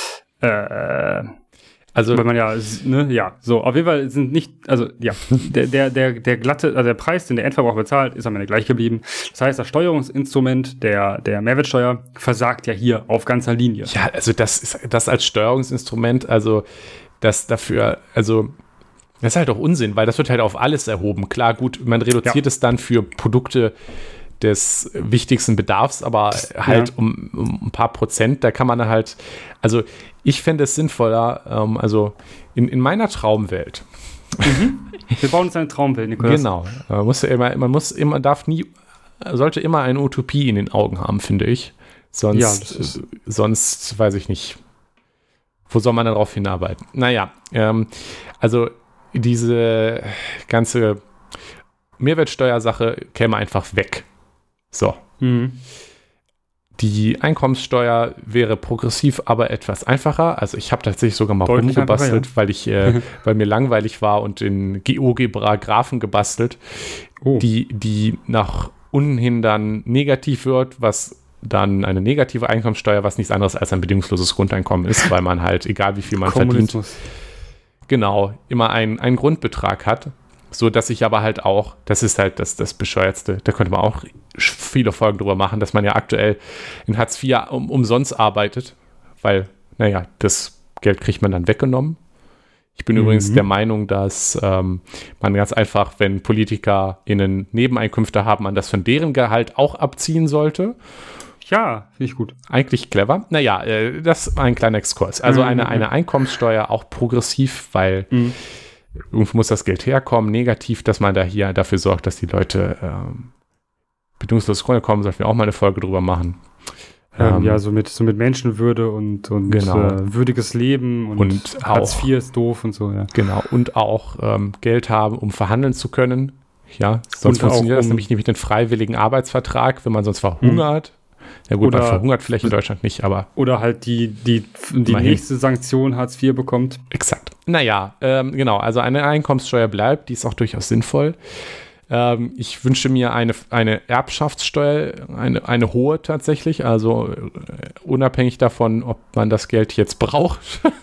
Äh, also, weil man ja, ne, ja, so, auf jeden Fall sind nicht, also, ja, der, der, der, der glatte, also der Preis, den der Endverbraucher bezahlt, ist am Ende gleich geblieben. Das heißt, das Steuerungsinstrument der, der Mehrwertsteuer versagt ja hier auf ganzer Linie. Ja, also das ist das als Steuerungsinstrument, also das dafür, also das ist halt auch Unsinn, weil das wird halt auf alles erhoben. Klar, gut, man reduziert ja. es dann für Produkte des wichtigsten Bedarfs, aber halt ja. um, um ein paar Prozent, da kann man halt, also ich fände es sinnvoller, ähm, also in, in meiner Traumwelt. Mhm. Wir bauen uns eine Traumwelt, Nikolaus. Genau, man muss ja immer, man muss immer, darf nie, sollte immer eine Utopie in den Augen haben, finde ich. Sonst, ja, das ist sonst weiß ich nicht, wo soll man darauf hinarbeiten? Naja, ähm, also diese ganze Mehrwertsteuersache käme einfach weg. So. Mhm. Die Einkommenssteuer wäre progressiv, aber etwas einfacher. Also ich habe tatsächlich sogar mal Deutlich rumgebastelt, ja. weil ich, äh, weil mir langweilig war und in GeoGebra Graphen gebastelt, oh. die, die nach unten hin dann negativ wird, was dann eine negative Einkommenssteuer, was nichts anderes als ein bedingungsloses Grundeinkommen ist, weil man halt, egal wie viel man verdient, genau, immer ein, einen Grundbetrag hat. So, dass ich aber halt auch, das ist halt das, das Bescheuertste, da könnte man auch viele Folgen drüber machen, dass man ja aktuell in Hartz vier um, umsonst arbeitet, weil, naja, das Geld kriegt man dann weggenommen. Ich bin mhm. übrigens der Meinung, dass ähm, man ganz einfach, wenn PolitikerInnen Nebeneinkünfte haben, man das von deren Gehalt auch abziehen sollte. Ja, finde ich gut. Eigentlich clever. Naja, äh, das ist ein kleiner Exkurs. Also mhm. eine, eine Einkommenssteuer auch progressiv, weil mhm. irgendwo muss das Geld herkommen, negativ, dass man da hier dafür sorgt, dass die Leute ähm, bedingungsloses Grundeinkommen, sollten wir auch mal eine Folge drüber machen. Ähm, ähm, ja, so mit, so mit Menschenwürde und, und genau. äh, würdiges Leben und, und Hartz auch, vier ist doof und so, ja. Genau, und auch ähm, Geld haben, um verhandeln zu können. Ja, sonst und funktioniert auch, das um, nämlich nicht mit dem freiwilligen Arbeitsvertrag, wenn man sonst verhungert. Hm. Ja gut, oder, man verhungert vielleicht in Deutschland nicht, aber... Oder halt die, die, die nächste Sanktion Hartz vier bekommt. Exakt. Naja, ähm, genau, also eine Einkommenssteuer bleibt, die ist auch durchaus sinnvoll. Ähm, ich wünsche mir eine, eine Erbschaftssteuer, eine, eine hohe tatsächlich, also äh, unabhängig davon, ob man das Geld jetzt braucht.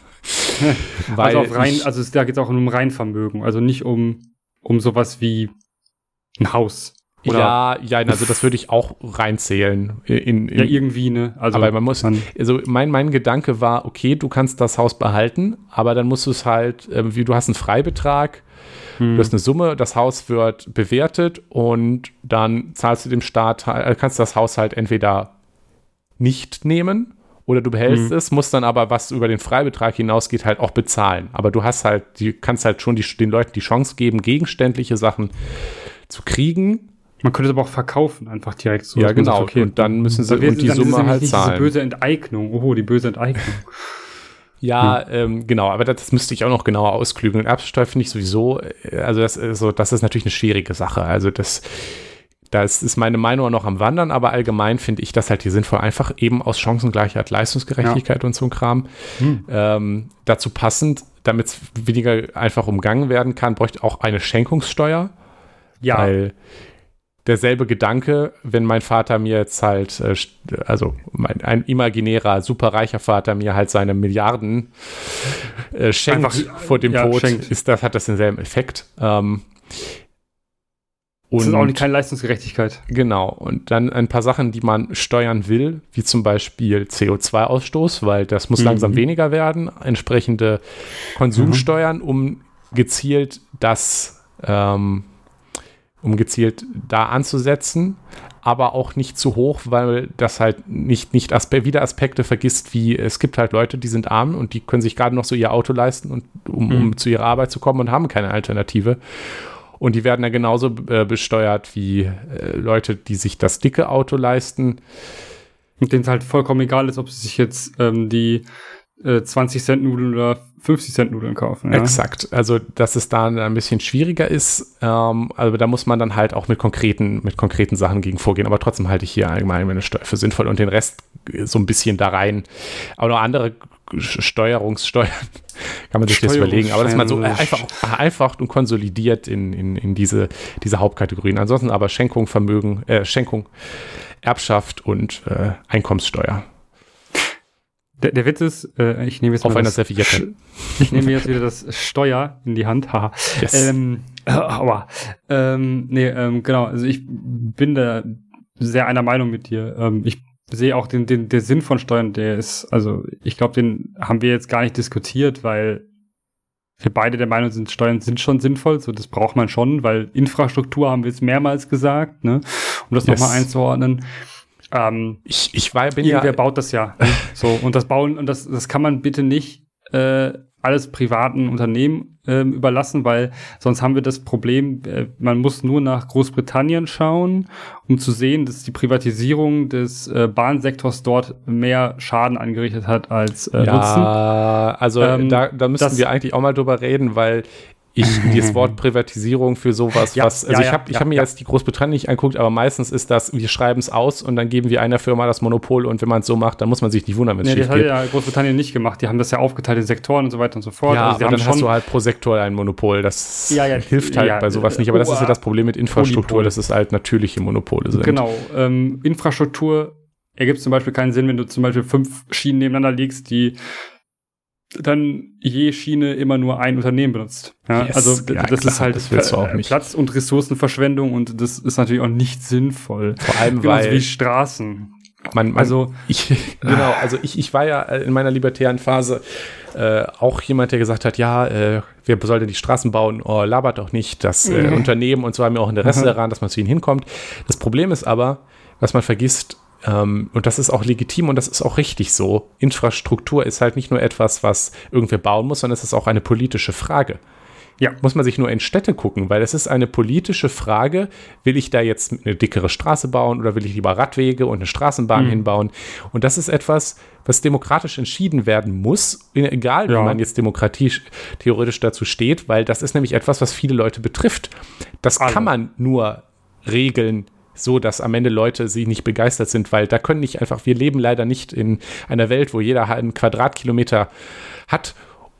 Weil also, auf rein, ich, also es, da geht es auch um Reinvermögen, also nicht um, um sowas wie ein Haus. Oder ja, ja, also das würde ich auch reinzählen. In, in, ja, irgendwie, ne? Also, aber man muss, also mein, mein Gedanke war, okay, du kannst das Haus behalten, aber dann musst du es halt, äh, wie du hast einen Freibetrag, hm. du hast eine Summe, das Haus wird bewertet und dann zahlst du dem Staat, äh, kannst das Haus halt entweder nicht nehmen oder du behältst hm. es, musst dann aber, was über den Freibetrag hinausgeht, halt auch bezahlen. Aber du hast halt, du kannst halt schon die, den Leuten die Chance geben, gegenständliche Sachen zu kriegen. Man könnte es aber auch verkaufen, einfach direkt so. Ja, genau. Sagt, okay, und dann müssen sie dann und die dann Summe halt nicht zahlen. Diese böse Enteignung. Oh, die böse Enteignung. ja, hm. ähm, genau. Aber das, das müsste ich auch noch genauer ausklügeln. Und Erbschaftssteuer finde ich sowieso, also das, also das ist natürlich eine schwierige Sache. Also das, das ist meine Meinung noch am Wandern, aber allgemein finde ich das halt hier sinnvoll. Einfach eben aus Chancengleichheit, Leistungsgerechtigkeit ja. und so ein Kram. Hm. Ähm, dazu passend, damit es weniger einfach umgangen werden kann, bräuchte auch eine Schenkungssteuer. Ja. Weil derselbe Gedanke, wenn mein Vater mir jetzt halt, äh, also mein, ein imaginärer, superreicher Vater mir halt seine Milliarden äh, schenkt Einfach, vor dem ja, Tod, ist das, hat das denselben Effekt. Ähm, das ist auch nicht keine Leistungsgerechtigkeit. Genau. Und dann ein paar Sachen, die man steuern will, wie zum Beispiel C O zwei Ausstoß, weil das muss mhm. langsam weniger werden. Entsprechende Konsumsteuern, mhm. um gezielt das ähm, um gezielt da anzusetzen, aber auch nicht zu hoch, weil das halt nicht, nicht Aspe- wieder Aspekte vergisst, wie es gibt halt Leute, die sind arm und die können sich gerade noch so ihr Auto leisten, und, um, mhm. um zu ihrer Arbeit zu kommen und haben keine Alternative. Und die werden ja genauso äh, besteuert wie äh, Leute, die sich das dicke Auto leisten. Und denen es halt vollkommen egal ist, ob sie sich jetzt ähm, die äh, zwanzig Cent Nudeln oder fünfzig Cent Nudeln kaufen. Ja? Exakt. Also, dass es da ein bisschen schwieriger ist. Ähm, also, da muss man dann halt auch mit konkreten, mit konkreten Sachen gegen vorgehen. Aber trotzdem halte ich hier allgemein eine Steuer für sinnvoll und den Rest so ein bisschen da rein. Aber noch andere Steuerungssteuern kann man sich das überlegen. Aber das mal so einfach vereinfacht und konsolidiert in, in, in diese, diese Hauptkategorien. Ansonsten aber Schenkung, Vermögen, äh, Schenkung, Erbschaft und äh, Einkommenssteuer. Der, der Witz ist, äh, ich nehme jetzt auf mal einer das, Serviette. Ich nehme jetzt wieder das Steuer in die Hand. Haha. Yes. Ähm, aua. Ähm, nee, ähm, genau. Also ich bin da sehr einer Meinung mit dir. Ähm, ich sehe auch den, den, der Sinn von Steuern, der ist, also ich glaube, den haben wir jetzt gar nicht diskutiert, weil wir beide der Meinung sind, Steuern sind schon sinnvoll. So, das braucht man schon, weil Infrastruktur haben wir jetzt mehrmals gesagt, ne, um das yes. nochmal einzuordnen. Ähm, ich, ich war, bin irgendwer ja baut das ja. Ne? So, und das bauen, und das, das kann man bitte nicht äh, alles privaten Unternehmen äh, überlassen, weil sonst haben wir das Problem, äh, man muss nur nach Großbritannien schauen, um zu sehen, dass die Privatisierung des äh, Bahnsektors dort mehr Schaden angerichtet hat als äh, ja, Nutzen. Also ähm, da, da müssten wir eigentlich auch mal drüber reden, weil ich das Wort Privatisierung für sowas, ja, was, also ja, ich habe ja, ich hab mir ja. jetzt die Großbritannien nicht angeguckt, aber meistens ist das, wir schreiben es aus und dann geben wir einer Firma das Monopol und wenn man es so macht, dann muss man sich nicht wundern, wenn es nee, schief geht. Das hat ja Großbritannien nicht gemacht, die haben das ja aufgeteilt in Sektoren und so weiter und so fort. Ja, also aber dann hast du halt pro Sektor ein Monopol, das ja, ja, hilft halt ja, bei sowas nicht, aber das ist ja das Problem mit Infrastruktur, Polypol. Dass es halt natürliche Monopole sind. Genau, ähm, Infrastruktur ergibt zum Beispiel keinen Sinn, wenn du zum Beispiel fünf Schienen nebeneinander legst, die dann je Schiene immer nur ein Unternehmen benutzt. Ja, yes, also d- ja, das klar, ist halt das willst du auch nicht. Platz- und Ressourcenverschwendung und das ist natürlich auch nicht sinnvoll. Vor allem, genauso weil wie Straßen. Man, man, also ich, genau, also ich, ich war ja in meiner libertären Phase äh, auch jemand, der gesagt hat, ja, äh, wer soll denn die Straßen bauen? Oh, labert doch nicht, das äh, Unternehmen und so haben ja auch Interesse daran, dass man zu ihnen hinkommt. Das Problem ist aber, was man vergisst, Um, und das ist auch legitim und das ist auch richtig so. Infrastruktur ist halt nicht nur etwas, was irgendwer bauen muss, sondern es ist auch eine politische Frage. Ja. Muss man sich nur in Städte gucken, weil es ist eine politische Frage, will ich da jetzt eine dickere Straße bauen oder will ich lieber Radwege und eine Straßenbahn mhm. hinbauen? Und das ist etwas, was demokratisch entschieden werden muss, egal ja. wie man jetzt demokratisch theoretisch dazu steht, weil das ist nämlich etwas, was viele Leute betrifft. Das also. kann man nur regeln, so, dass am Ende Leute sie nicht begeistert sind, weil da können nicht einfach, wir leben leider nicht in einer Welt, wo jeder einen Quadratkilometer hat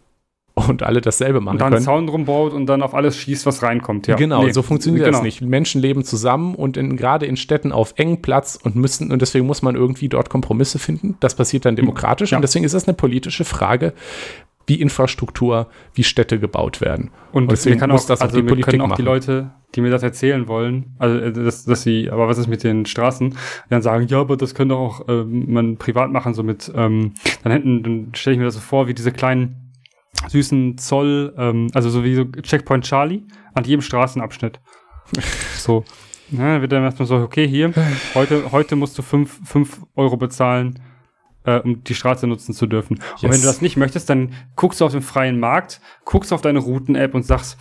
und alle dasselbe machen und dann können. einen Zaun drum baut und dann auf alles schießt, was reinkommt. Ja. Genau, nee. so funktioniert genau. das nicht. Menschen leben zusammen und in, gerade in Städten auf engen Platz und müssen, und deswegen muss man irgendwie dort Kompromisse finden. Das passiert dann demokratisch ja. und deswegen ist das eine politische Frage, wie Infrastruktur, wie Städte gebaut werden. Und, und deswegen kann muss auch, das auch also die wir Politik können auch machen. Die Leute, die mir das erzählen wollen, also dass, dass sie, aber was ist mit den Straßen, die dann sagen, ja, aber das könnte auch äh, man privat machen, so mit, ähm, dann hätten, dann stelle ich mir das so vor, wie diese kleinen süßen Zoll, ähm, also so wie so Checkpoint Charlie an jedem Straßenabschnitt. So. Ja, wird dann erstmal so, okay, hier, heute, heute musst du fünf, fünf Euro bezahlen, Äh, um die Straße nutzen zu dürfen. Yes. Und wenn du das nicht möchtest, dann guckst du auf den freien Markt, guckst auf deine Routen-App und sagst,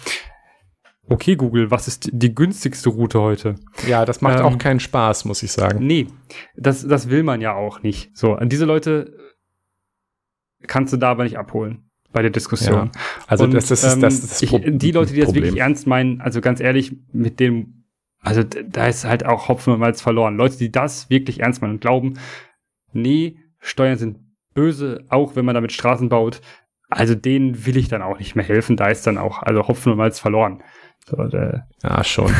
okay, Google, was ist die günstigste Route heute? Ja, das macht ähm, auch keinen Spaß, muss ich sagen. Nee, das, das will man ja auch nicht. So, an diese Leute kannst du da aber nicht abholen bei der Diskussion. Ja, also und, das, das ist das, das ich, die Leute, die das Problem. wirklich ernst meinen, also ganz ehrlich, mit dem, also da ist halt auch Hopfen und Malz verloren. Leute, die das wirklich ernst meinen und glauben, nee, Steuern sind böse, auch wenn man damit Straßen baut. Also denen will ich dann auch nicht mehr helfen. Da ist dann auch, also Hopfen und Malz verloren. So, äh, ja, schon.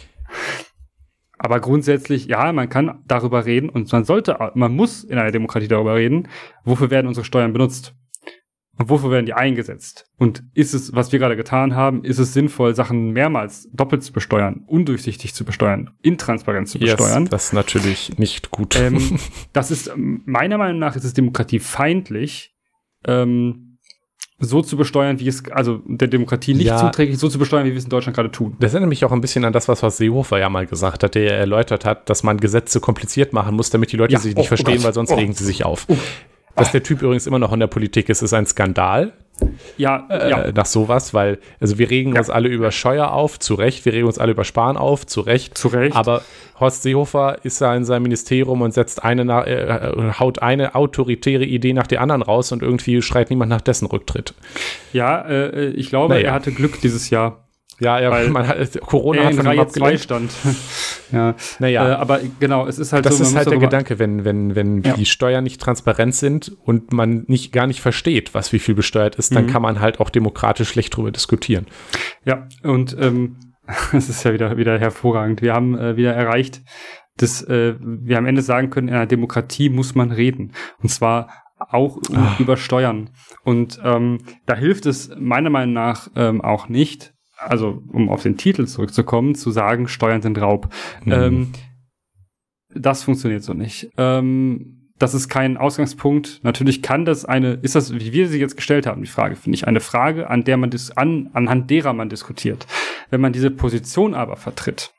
Aber grundsätzlich, ja, man kann darüber reden und man sollte, man muss in einer Demokratie darüber reden, wofür werden unsere Steuern benutzt? Und wofür werden die eingesetzt? Und ist es, was wir gerade getan haben, ist es sinnvoll, Sachen mehrmals doppelt zu besteuern, undurchsichtig zu besteuern, intransparent zu besteuern? Yes, das ist natürlich nicht gut. Ähm, das ist, meiner Meinung nach, ist es demokratiefeindlich, ähm, so zu besteuern, wie es, also der Demokratie nicht ja, zuträglich, so zu besteuern, wie wir es in Deutschland gerade tun. Das erinnert mich auch ein bisschen an das, was Horst Seehofer ja mal gesagt hat, der erläutert hat, dass man Gesetze kompliziert machen muss, damit die Leute ja, sich nicht oh, verstehen, oh weil sonst oh. regen sie sich auf. Oh. Dass der Typ übrigens immer noch in der Politik ist, ist ein Skandal. Ja, äh, ja. Nach sowas, weil, also wir regen ja. uns alle über Steuer auf, zu Recht. Wir regen uns alle über Sparen auf, zu Recht. Zu Recht. Aber Horst Seehofer ist da in seinem Ministerium und setzt eine, nach, äh, haut eine autoritäre Idee nach der anderen raus und irgendwie schreit niemand nach dessen Rücktritt. Ja, äh, ich glaube, naja. er hatte Glück dieses Jahr. Ja, ja, weil man hat, Corona er hat in von ihm Reihe zwei abgelenkt. stand. ja. Naja. Äh, aber genau, es ist halt Das so, man ist muss halt der darüber- Gedanke, wenn, wenn, wenn Ja. die Steuern nicht transparent sind und man nicht gar nicht versteht, was wie viel besteuert ist, dann Mhm. kann man halt auch demokratisch schlecht drüber diskutieren. Ja, und ähm, es ist ja wieder, wieder hervorragend. Wir haben äh, wieder erreicht, dass äh, wir am Ende sagen können, in einer Demokratie muss man reden. Und zwar auch Ah. über Steuern. Und ähm, da hilft es meiner Meinung nach ähm, auch nicht, also um auf den Titel zurückzukommen, zu sagen, Steuern sind Raub. Mhm. Ähm, das funktioniert so nicht. Ähm, das ist kein Ausgangspunkt. Natürlich kann das eine, ist das, wie wir sie jetzt gestellt haben, die Frage, finde ich, eine Frage, an der man dis- an, anhand derer man diskutiert. Wenn man diese Position aber vertritt,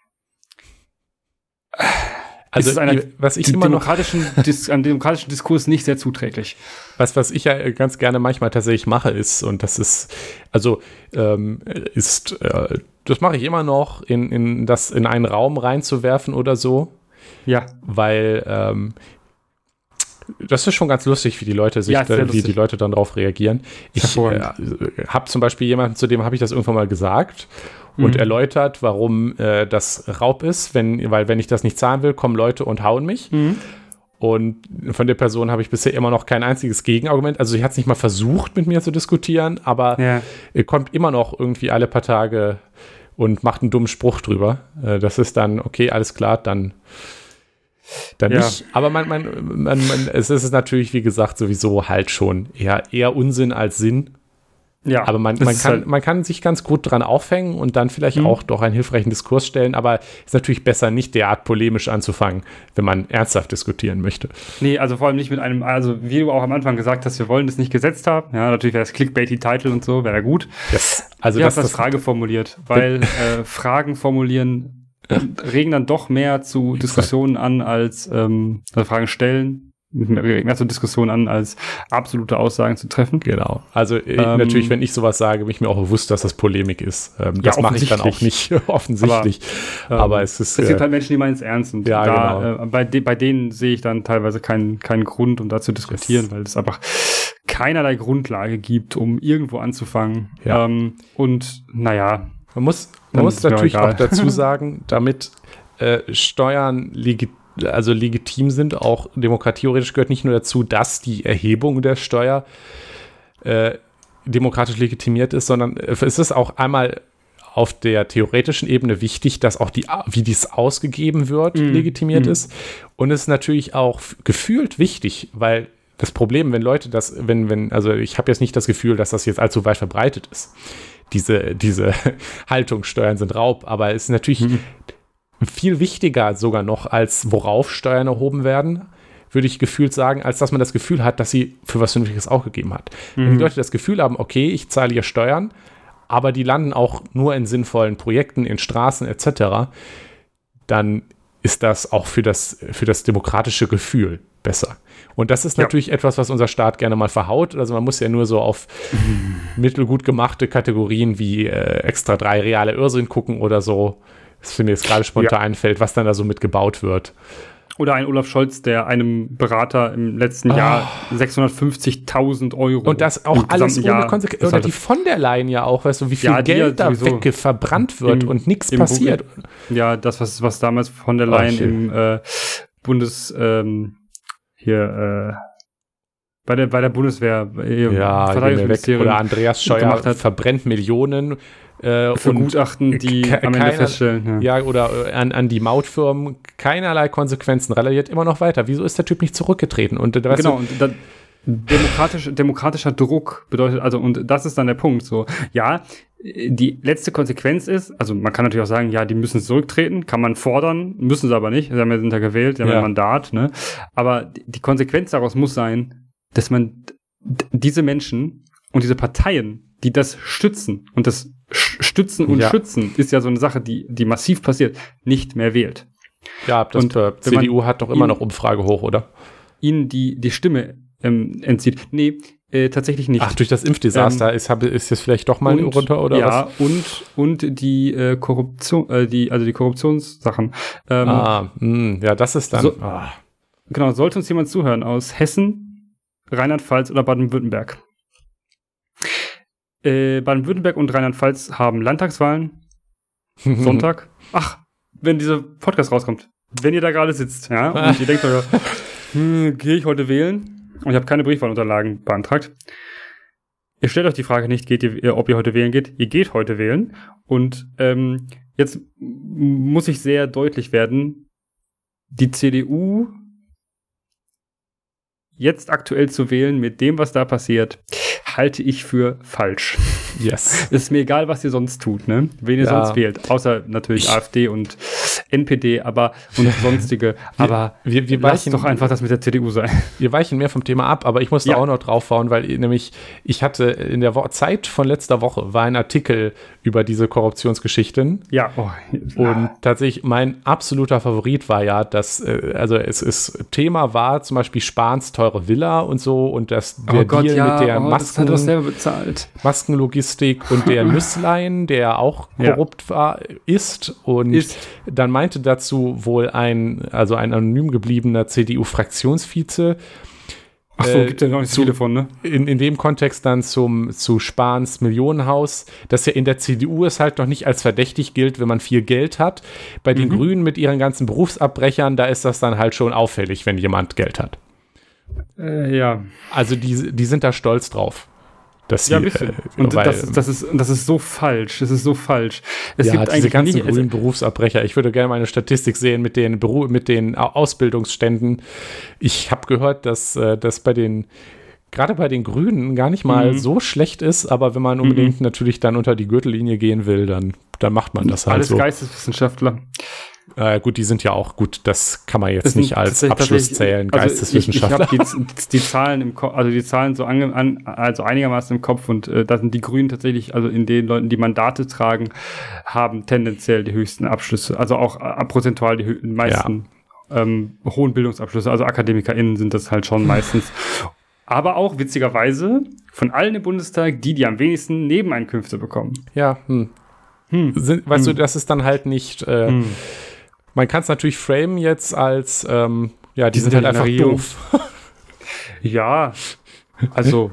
Also ist es einer, ihr- was ich dem immer noch, demokratischen, Dis, einem demokratischen Diskurs nicht sehr zuträglich. was, was ich ja ganz gerne manchmal tatsächlich mache, ist, und das ist, also ähm, ist, äh, das mache ich immer noch, in, in das in einen Raum reinzuwerfen oder so, Ja, weil ähm, das ist schon ganz lustig, wie die Leute sich, Ja, ist sehr da, wie lustig. die Leute dann darauf reagieren. Ich äh, Hervorragend. habe zum Beispiel jemanden, zu dem habe ich das irgendwann mal gesagt und Mhm. erläutert, warum äh, das Raub ist, wenn, weil wenn ich das nicht zahlen will, kommen Leute und hauen mich. Mhm. Und von der Person habe ich bisher immer noch kein einziges Gegenargument. Also sie hat es nicht mal versucht, mit mir zu diskutieren, aber Ja. er kommt immer noch irgendwie alle paar Tage und macht einen dummen Spruch drüber. Äh, das ist dann, okay, alles klar, dann, dann Ja. nicht. Aber man, man, man, man, es ist natürlich, wie gesagt, sowieso halt schon eher, eher Unsinn als Sinn. Ja, Aber man, das man, ist kann, halt- man kann sich ganz gut dran aufhängen und dann vielleicht Mhm. auch doch einen hilfreichen Diskurs stellen. Aber es ist natürlich besser, nicht derart polemisch anzufangen, wenn man ernsthaft diskutieren möchte. Nee, also vor allem nicht mit einem, also wie du auch am Anfang gesagt hast, wir wollen das nicht gesetzt haben. Ja, natürlich wäre es Clickbaity-Title und so, wäre ja gut. Yes. Also Wir das, haben das das, Frage formuliert, weil äh, Fragen formulieren regen dann doch mehr zu Diskussionen an als ähm, also Fragen stellen, regen mehr zu Diskussionen an, als absolute Aussagen zu treffen. Genau. Also äh, Ähm, natürlich, wenn ich sowas sage, bin ich mir auch bewusst, dass das Polemik ist. Ähm, das mache ich dann auch nicht offensichtlich. Aber, Ähm, aber es ist. Es gibt Äh, halt Menschen, die meinen es ernst und Ja, da, genau. äh, bei, de bei denen sehe ich dann teilweise keinen keinen Grund, um da zu diskutieren, Das- weil es einfach keinerlei Grundlage gibt, um irgendwo anzufangen. Ja. Ähm, und naja, man muss, Dann man muss ist mir natürlich egal. auch dazu sagen, damit äh, Steuern legit also legitim sind, auch demokratietheoretisch gehört nicht nur dazu, dass die Erhebung der Steuer äh, demokratisch legitimiert ist, sondern es ist auch einmal auf der theoretischen Ebene wichtig, dass auch die, wie dies ausgegeben wird, Mm, legitimiert mm. ist. Und es ist natürlich auch f- gefühlt wichtig, weil das Problem, wenn Leute das, wenn, wenn, also ich habe jetzt nicht das Gefühl, dass das jetzt allzu weit verbreitet ist, diese, diese Haltung, Steuern sind Raub, aber es ist natürlich Mhm. viel wichtiger sogar noch, als worauf Steuern erhoben werden, würde ich gefühlt sagen, als dass man das Gefühl hat, dass sie für was Vernünftiges ausgegeben hat. Wenn Mhm. die Leute das Gefühl haben, okay, ich zahle hier Steuern, aber die landen auch nur in sinnvollen Projekten, in Straßen et cetera, dann ist das auch für das, für das demokratische Gefühl besser. Und das ist Ja. natürlich etwas, was unser Staat gerne mal verhaut. Also man muss ja nur so auf mittelgut gemachte Kategorien wie äh, extra drei reale Irrsinn gucken oder so, das mir jetzt gerade spontan Ja. einfällt, was dann da so mit gebaut wird. Oder ein Olaf Scholz, der einem Berater im letzten Ah. Jahr sechshundertfünfzigtausend Euro Und das auch im alles gesamten ohne Jahr Konsequenz. bezahlt Oder die hat. von der Leyen ja auch, weißt du, wie viel Ja, die Geld ja da sowieso. weggebrannt wird Im- und nichts im passiert. Ja, das, was, was damals von der Leyen Okay. im äh, Bundes, ähm, hier, äh, bei der, bei der Bundeswehr, äh, Ja, gehen wir weg. Verteidigungsministerium Oder Andreas Scheuer gemacht hat. verbrennt Millionen. Äh, für und Gutachten, die ke- am Ende keiner- feststellen. Ja. Ja, oder äh, an, an die Mautfirmen keinerlei Konsequenzen, relativiert immer noch weiter. Wieso ist der Typ nicht zurückgetreten? Und äh, weißt Genau, du, und da, demokratisch, demokratischer Druck bedeutet, also, und das ist dann der Punkt, so, ja, die letzte Konsequenz ist, also man kann natürlich auch sagen, ja, die müssen zurücktreten, kann man fordern, müssen sie aber nicht, sie haben ja, sind ja gewählt, sie haben ja Ja. ein Mandat, ne, aber die die Konsequenz daraus muss sein, dass man d- diese Menschen und diese Parteien, die das stützen, und das Sch- Stützen und Ja. Schützen ist ja so eine Sache, die, die massiv passiert, nicht mehr wählt. ja, das und äh, wenn C D U man hat doch immer ihn- noch Umfrage hoch, oder? Ihnen die, die Stimme ähm, entzieht. Nee, äh, tatsächlich nicht. Ach, durch das Impfdesaster ist, hab, ist jetzt vielleicht doch mal und, runter, oder ja, was? und und die äh, Korruption, äh, die also die Korruptionssachen. Ähm, Ah, mh, ja, das ist dann. so- ah. Genau, sollte uns jemand zuhören aus Hessen, Rheinland-Pfalz oder Baden-Württemberg. Äh, Baden-Württemberg und Rheinland-Pfalz haben Landtagswahlen Sonntag. Ach, wenn dieser Podcast rauskommt. Wenn ihr da gerade sitzt, ja, und ihr denkt euch, hm, gehe ich heute wählen? Und ich habe keine Briefwahlunterlagen beantragt. Ihr stellt euch die Frage nicht, geht ihr, ob ihr heute wählen geht. Ihr geht heute wählen. Und ähm, jetzt muss ich sehr deutlich werden, die C D U jetzt aktuell zu wählen mit dem, was da passiert, halte ich für falsch. Yes. Ist mir egal, was ihr sonst tut, ne? Wen ihr ja. sonst wählt. Außer natürlich ich. AfD und N P D, aber und sonstige. Wir, aber wir, wir lasst weichen, doch einfach das mit der C D U sein. Wir weichen mehr vom Thema ab, aber ich musste ja. auch noch draufhauen, weil nämlich ich hatte in der Wo- Zeit von letzter Woche war ein Artikel über diese Korruptionsgeschichten. Ja. Oh. Und tatsächlich mein absoluter Favorit war ja, dass äh, also es ist Thema war zum Beispiel Spahns teure Villa und so und das der oh Gott, Deal ja. mit der oh, Masken, das hat er selber bezahlt. Maskenlogistik und der Nüsslein, der auch korrupt ja. war, ist und ist. Dann meinte dazu wohl ein, also ein anonym gebliebener C D U-Fraktionsvize. Ach so, äh, gibt ja noch nicht so viele von, ne? In, in dem Kontext dann zum, zu Spahns Millionenhaus, das ja in der C D U es halt noch nicht als verdächtig gilt, wenn man viel Geld hat. Bei den mhm. Grünen mit ihren ganzen Berufsabbrechern, da ist das dann halt schon auffällig, wenn jemand Geld hat. Äh, ja. Also die, die sind da stolz drauf. Dass ja, sie, bisschen. Äh, und weil, das, ist, das, ist, das ist so falsch. Das ist so falsch. Es ja, gibt diese eigentlich ganzen nicht, grünen Berufsabbrecher. Ich würde gerne mal eine Statistik sehen mit den, Beru- mit den Ausbildungsständen. Ich habe gehört, dass das bei den, gerade bei den Grünen gar nicht mal mhm. so schlecht ist, aber wenn man unbedingt mhm. natürlich dann unter die Gürtellinie gehen will, dann, dann macht man das halt Alles so. Alles Geisteswissenschaftler. Äh, gut, die sind ja auch gut, das kann man jetzt nicht als Abschluss zählen, also Geisteswissenschaftler. Ich, ich habe die, die Zahlen im Kopf, also die Zahlen so ange, an, also einigermaßen im Kopf und äh, da sind die Grünen tatsächlich, also in den Leuten, die Mandate tragen, haben tendenziell die höchsten Abschlüsse, also auch äh, prozentual die hö- meisten ja. ähm, hohen Bildungsabschlüsse, also AkademikerInnen sind das halt schon meistens. Aber auch witzigerweise von allen im Bundestag die, die am wenigsten Nebeneinkünfte bekommen. Ja, hm. Hm. Sind, weißt hm. du, das ist dann halt nicht äh, hm. Man kann es natürlich framen jetzt als, ähm, ja, die, die sind, sind halt einfach doof. Ja, also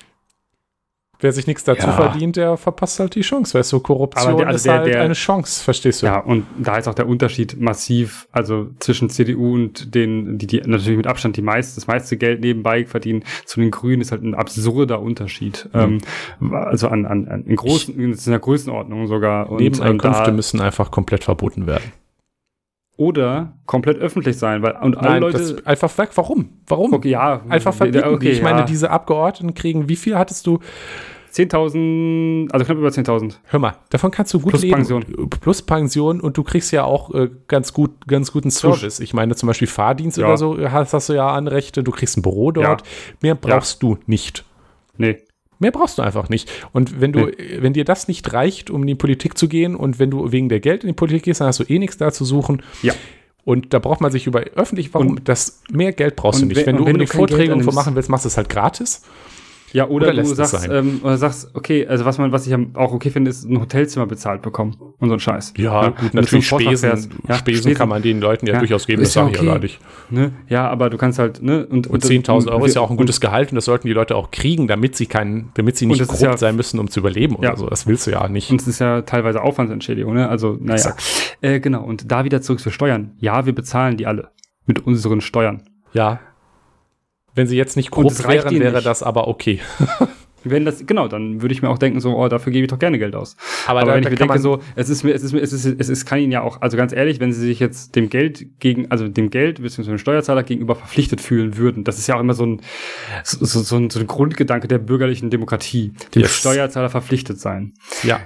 wer sich nichts dazu ja. verdient, der verpasst halt die Chance. Weißt du, Korruption der, also ist der, halt der, eine Chance, verstehst du? Ja, und da ist auch der Unterschied massiv, also zwischen C D U und den, die, die natürlich mit Abstand die meiste, das meiste Geld nebenbei verdienen, zu den Grünen ist halt ein absurder Unterschied. Mhm. Ähm, also an, an, an in großen, in der Größenordnung sogar. Und Nebeneinkünfte müssen einfach komplett verboten werden. Oder komplett öffentlich sein, weil und alle Nein, Leute das einfach weg. Warum? Warum? Okay, ja, einfach verbieten. Okay, ich meine, ja. diese Abgeordneten kriegen, wie viel hattest du? zehntausend, also knapp über zehntausend. Hör mal, davon kannst du gut Plus leben. Pension. Plus Pension und du kriegst ja auch äh, ganz gut, ganz guten Service. Ich meine, zum Beispiel Fahrdienst ja. oder so hast, hast du ja Anrechte. Du kriegst ein Büro dort. Ja. Mehr brauchst ja. du nicht. Nee. Mehr brauchst du einfach nicht. Und wenn du, nee. wenn dir das nicht reicht, um in die Politik zu gehen und wenn du wegen der Geld in die Politik gehst, dann hast du eh nichts da zu suchen. Ja. Und da braucht man sich über öffentlich, warum und, das mehr Geld brauchst du nicht. Wenn, wenn du wenn unbedingt du Vorträge irgendwo machen willst, machst du es halt gratis. Ja, oder, oder du sagst, ähm, oder sagst, okay, also was man, was ich auch okay finde, ist ein Hotelzimmer bezahlt bekommen und so ein Scheiß. Ja, ja gut, natürlich Spesen, Spesen, ja, Spesen kann man den Leuten ja, ja durchaus geben, das sage ich ja gar nicht. Ne? Ja, aber du kannst halt, ne? Und, und, und zehntausend Euro ist ja auch ein gutes Gehalt und das sollten die Leute auch kriegen, damit sie keinen, damit sie nicht korrupt ja, sein müssen, um zu überleben ja. oder so. Das willst du ja nicht. Und es ist ja teilweise Aufwandsentschädigung, ne? Also, naja. Äh, genau, und da wieder zurück zu Steuern. Ja, wir bezahlen die alle mit unseren Steuern. Ja. Wenn sie jetzt nicht korrupt wären, wäre nicht. das aber okay. Wenn das, genau, dann würde ich mir auch denken, so, oh, dafür gebe ich doch gerne Geld aus. Aber, Aber da, wenn da ich mir denke, so, es ist mir, es ist mir, es ist, es ist, kann ihnen ja auch, also ganz ehrlich, wenn sie sich jetzt dem Geld gegen, also dem Geld bzw. dem Steuerzahler gegenüber verpflichtet fühlen würden, das ist ja auch immer so ein, so, so, so ein, so ein Grundgedanke der bürgerlichen Demokratie, dem yes. Steuerzahler verpflichtet sein. Ja.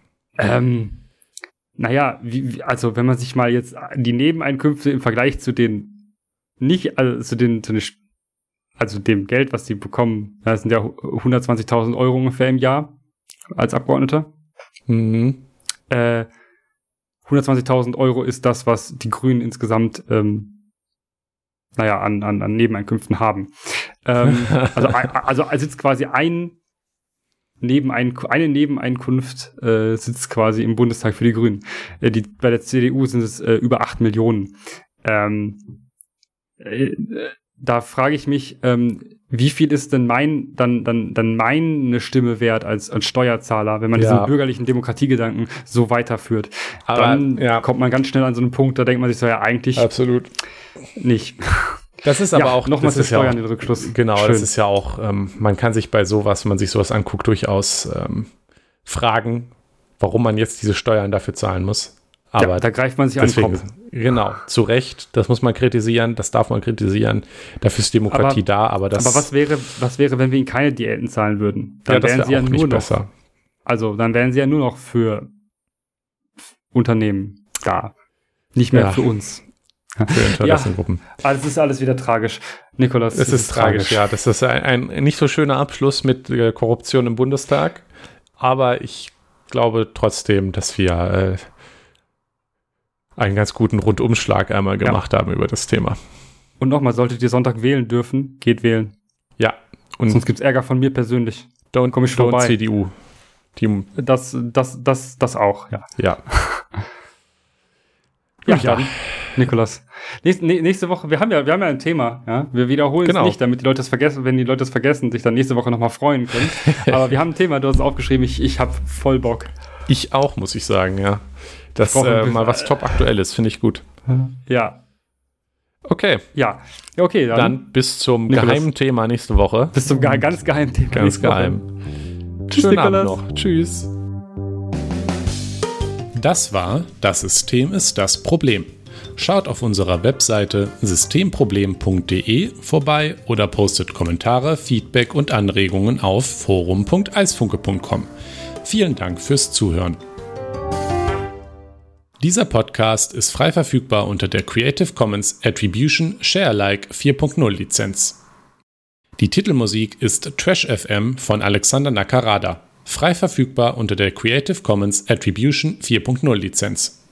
Ähm, naja, wie, also wenn man sich mal jetzt die Nebeneinkünfte im Vergleich zu den, nicht, also zu den, zu den Also dem Geld, was die bekommen, das sind ja hundertzwanzigtausend Euro ungefähr im Jahr als Abgeordneter. Mhm. Äh, hundertzwanzigtausend Euro ist das, was die Grünen insgesamt, ähm, naja, an, an, an Nebeneinkünften haben. Ähm, also, also sitzt quasi ein Nebenein, eine Nebeneinkunft äh, sitzt quasi im Bundestag für die Grünen. Äh, die, bei der C D U sind es äh, über acht Millionen. Ähm, äh, Da frage ich mich, ähm, wie viel ist denn mein, dann, dann, dann meine Stimme wert als, als Steuerzahler, wenn man Ja. diesen bürgerlichen Demokratiegedanken so weiterführt? Aber, dann ja. kommt man ganz schnell an so einen Punkt, da denkt man sich so, ja, eigentlich Absolut. nicht. Das ist aber ja, auch nochmal das zu ist ja Steuern auch, den Rückschluss. Genau, Schön. das ist ja auch, ähm, man kann sich bei sowas, wenn man sich sowas anguckt, durchaus ähm, fragen, warum man jetzt diese Steuern dafür zahlen muss. Aber ja, da greift man sich an den deswegen, Kopf. genau, zu Recht, das muss man kritisieren, das darf man kritisieren, dafür ist Demokratie Aber- da, aber das, Aber was wäre, was wäre, wenn wir ihnen keine Diäten zahlen würden? Dann ja, das wären wäre sie ja auch nur nicht noch, besser. also dann wären sie ja nur noch für Unternehmen da. Nicht mehr Ja. für uns. Für Interessengruppen. Also es ist alles wieder tragisch. Nikolas, Es ist tragisch, ja. Das ist ein, ein nicht so schöner Abschluss mit äh, Korruption im Bundestag. Aber ich glaube trotzdem, dass wir äh, einen ganz guten Rundumschlag einmal gemacht ja. haben über das Thema. Und nochmal, solltet ihr Sonntag wählen dürfen, geht wählen. Ja. Und sonst gibt es Ärger von mir persönlich. Don't, Komm ich don't vorbei. C D U. Die, das, das, das, das auch, ja. Ja. ja, ja. Dann, Nikolas. Nächste, nächste Woche, wir haben ja, wir haben ja ein Thema, ja. Wir wiederholen genau. es nicht, damit die Leute es vergessen, wenn die Leute es vergessen, sich dann nächste Woche nochmal freuen können. Aber wir haben ein Thema, du hast es aufgeschrieben, ich, ich habe voll Bock. Ich auch, muss ich sagen, ja. Das äh, mal was top aktuelles, finde ich gut. Ja. Okay. Ja. Okay, dann, dann bis zum Nikolas. geheimen Thema nächste Woche. Bis zum ge- ganz geheimen Thema. Ganz geheim. Tschüss, Schönen Nikolas. Abend noch. Tschüss. Das war Das System ist das Problem. Schaut auf unserer Webseite systemproblem punkt de vorbei oder postet Kommentare, Feedback und Anregungen auf forum punkt eisfunke punkt com. Vielen Dank fürs Zuhören. Dieser Podcast ist frei verfügbar unter der Creative Commons Attribution Share Alike vier Punkt null Lizenz. Die Titelmusik ist Trash F M von Alexander Nakarada, frei verfügbar unter der Creative Commons Attribution vier Punkt null Lizenz.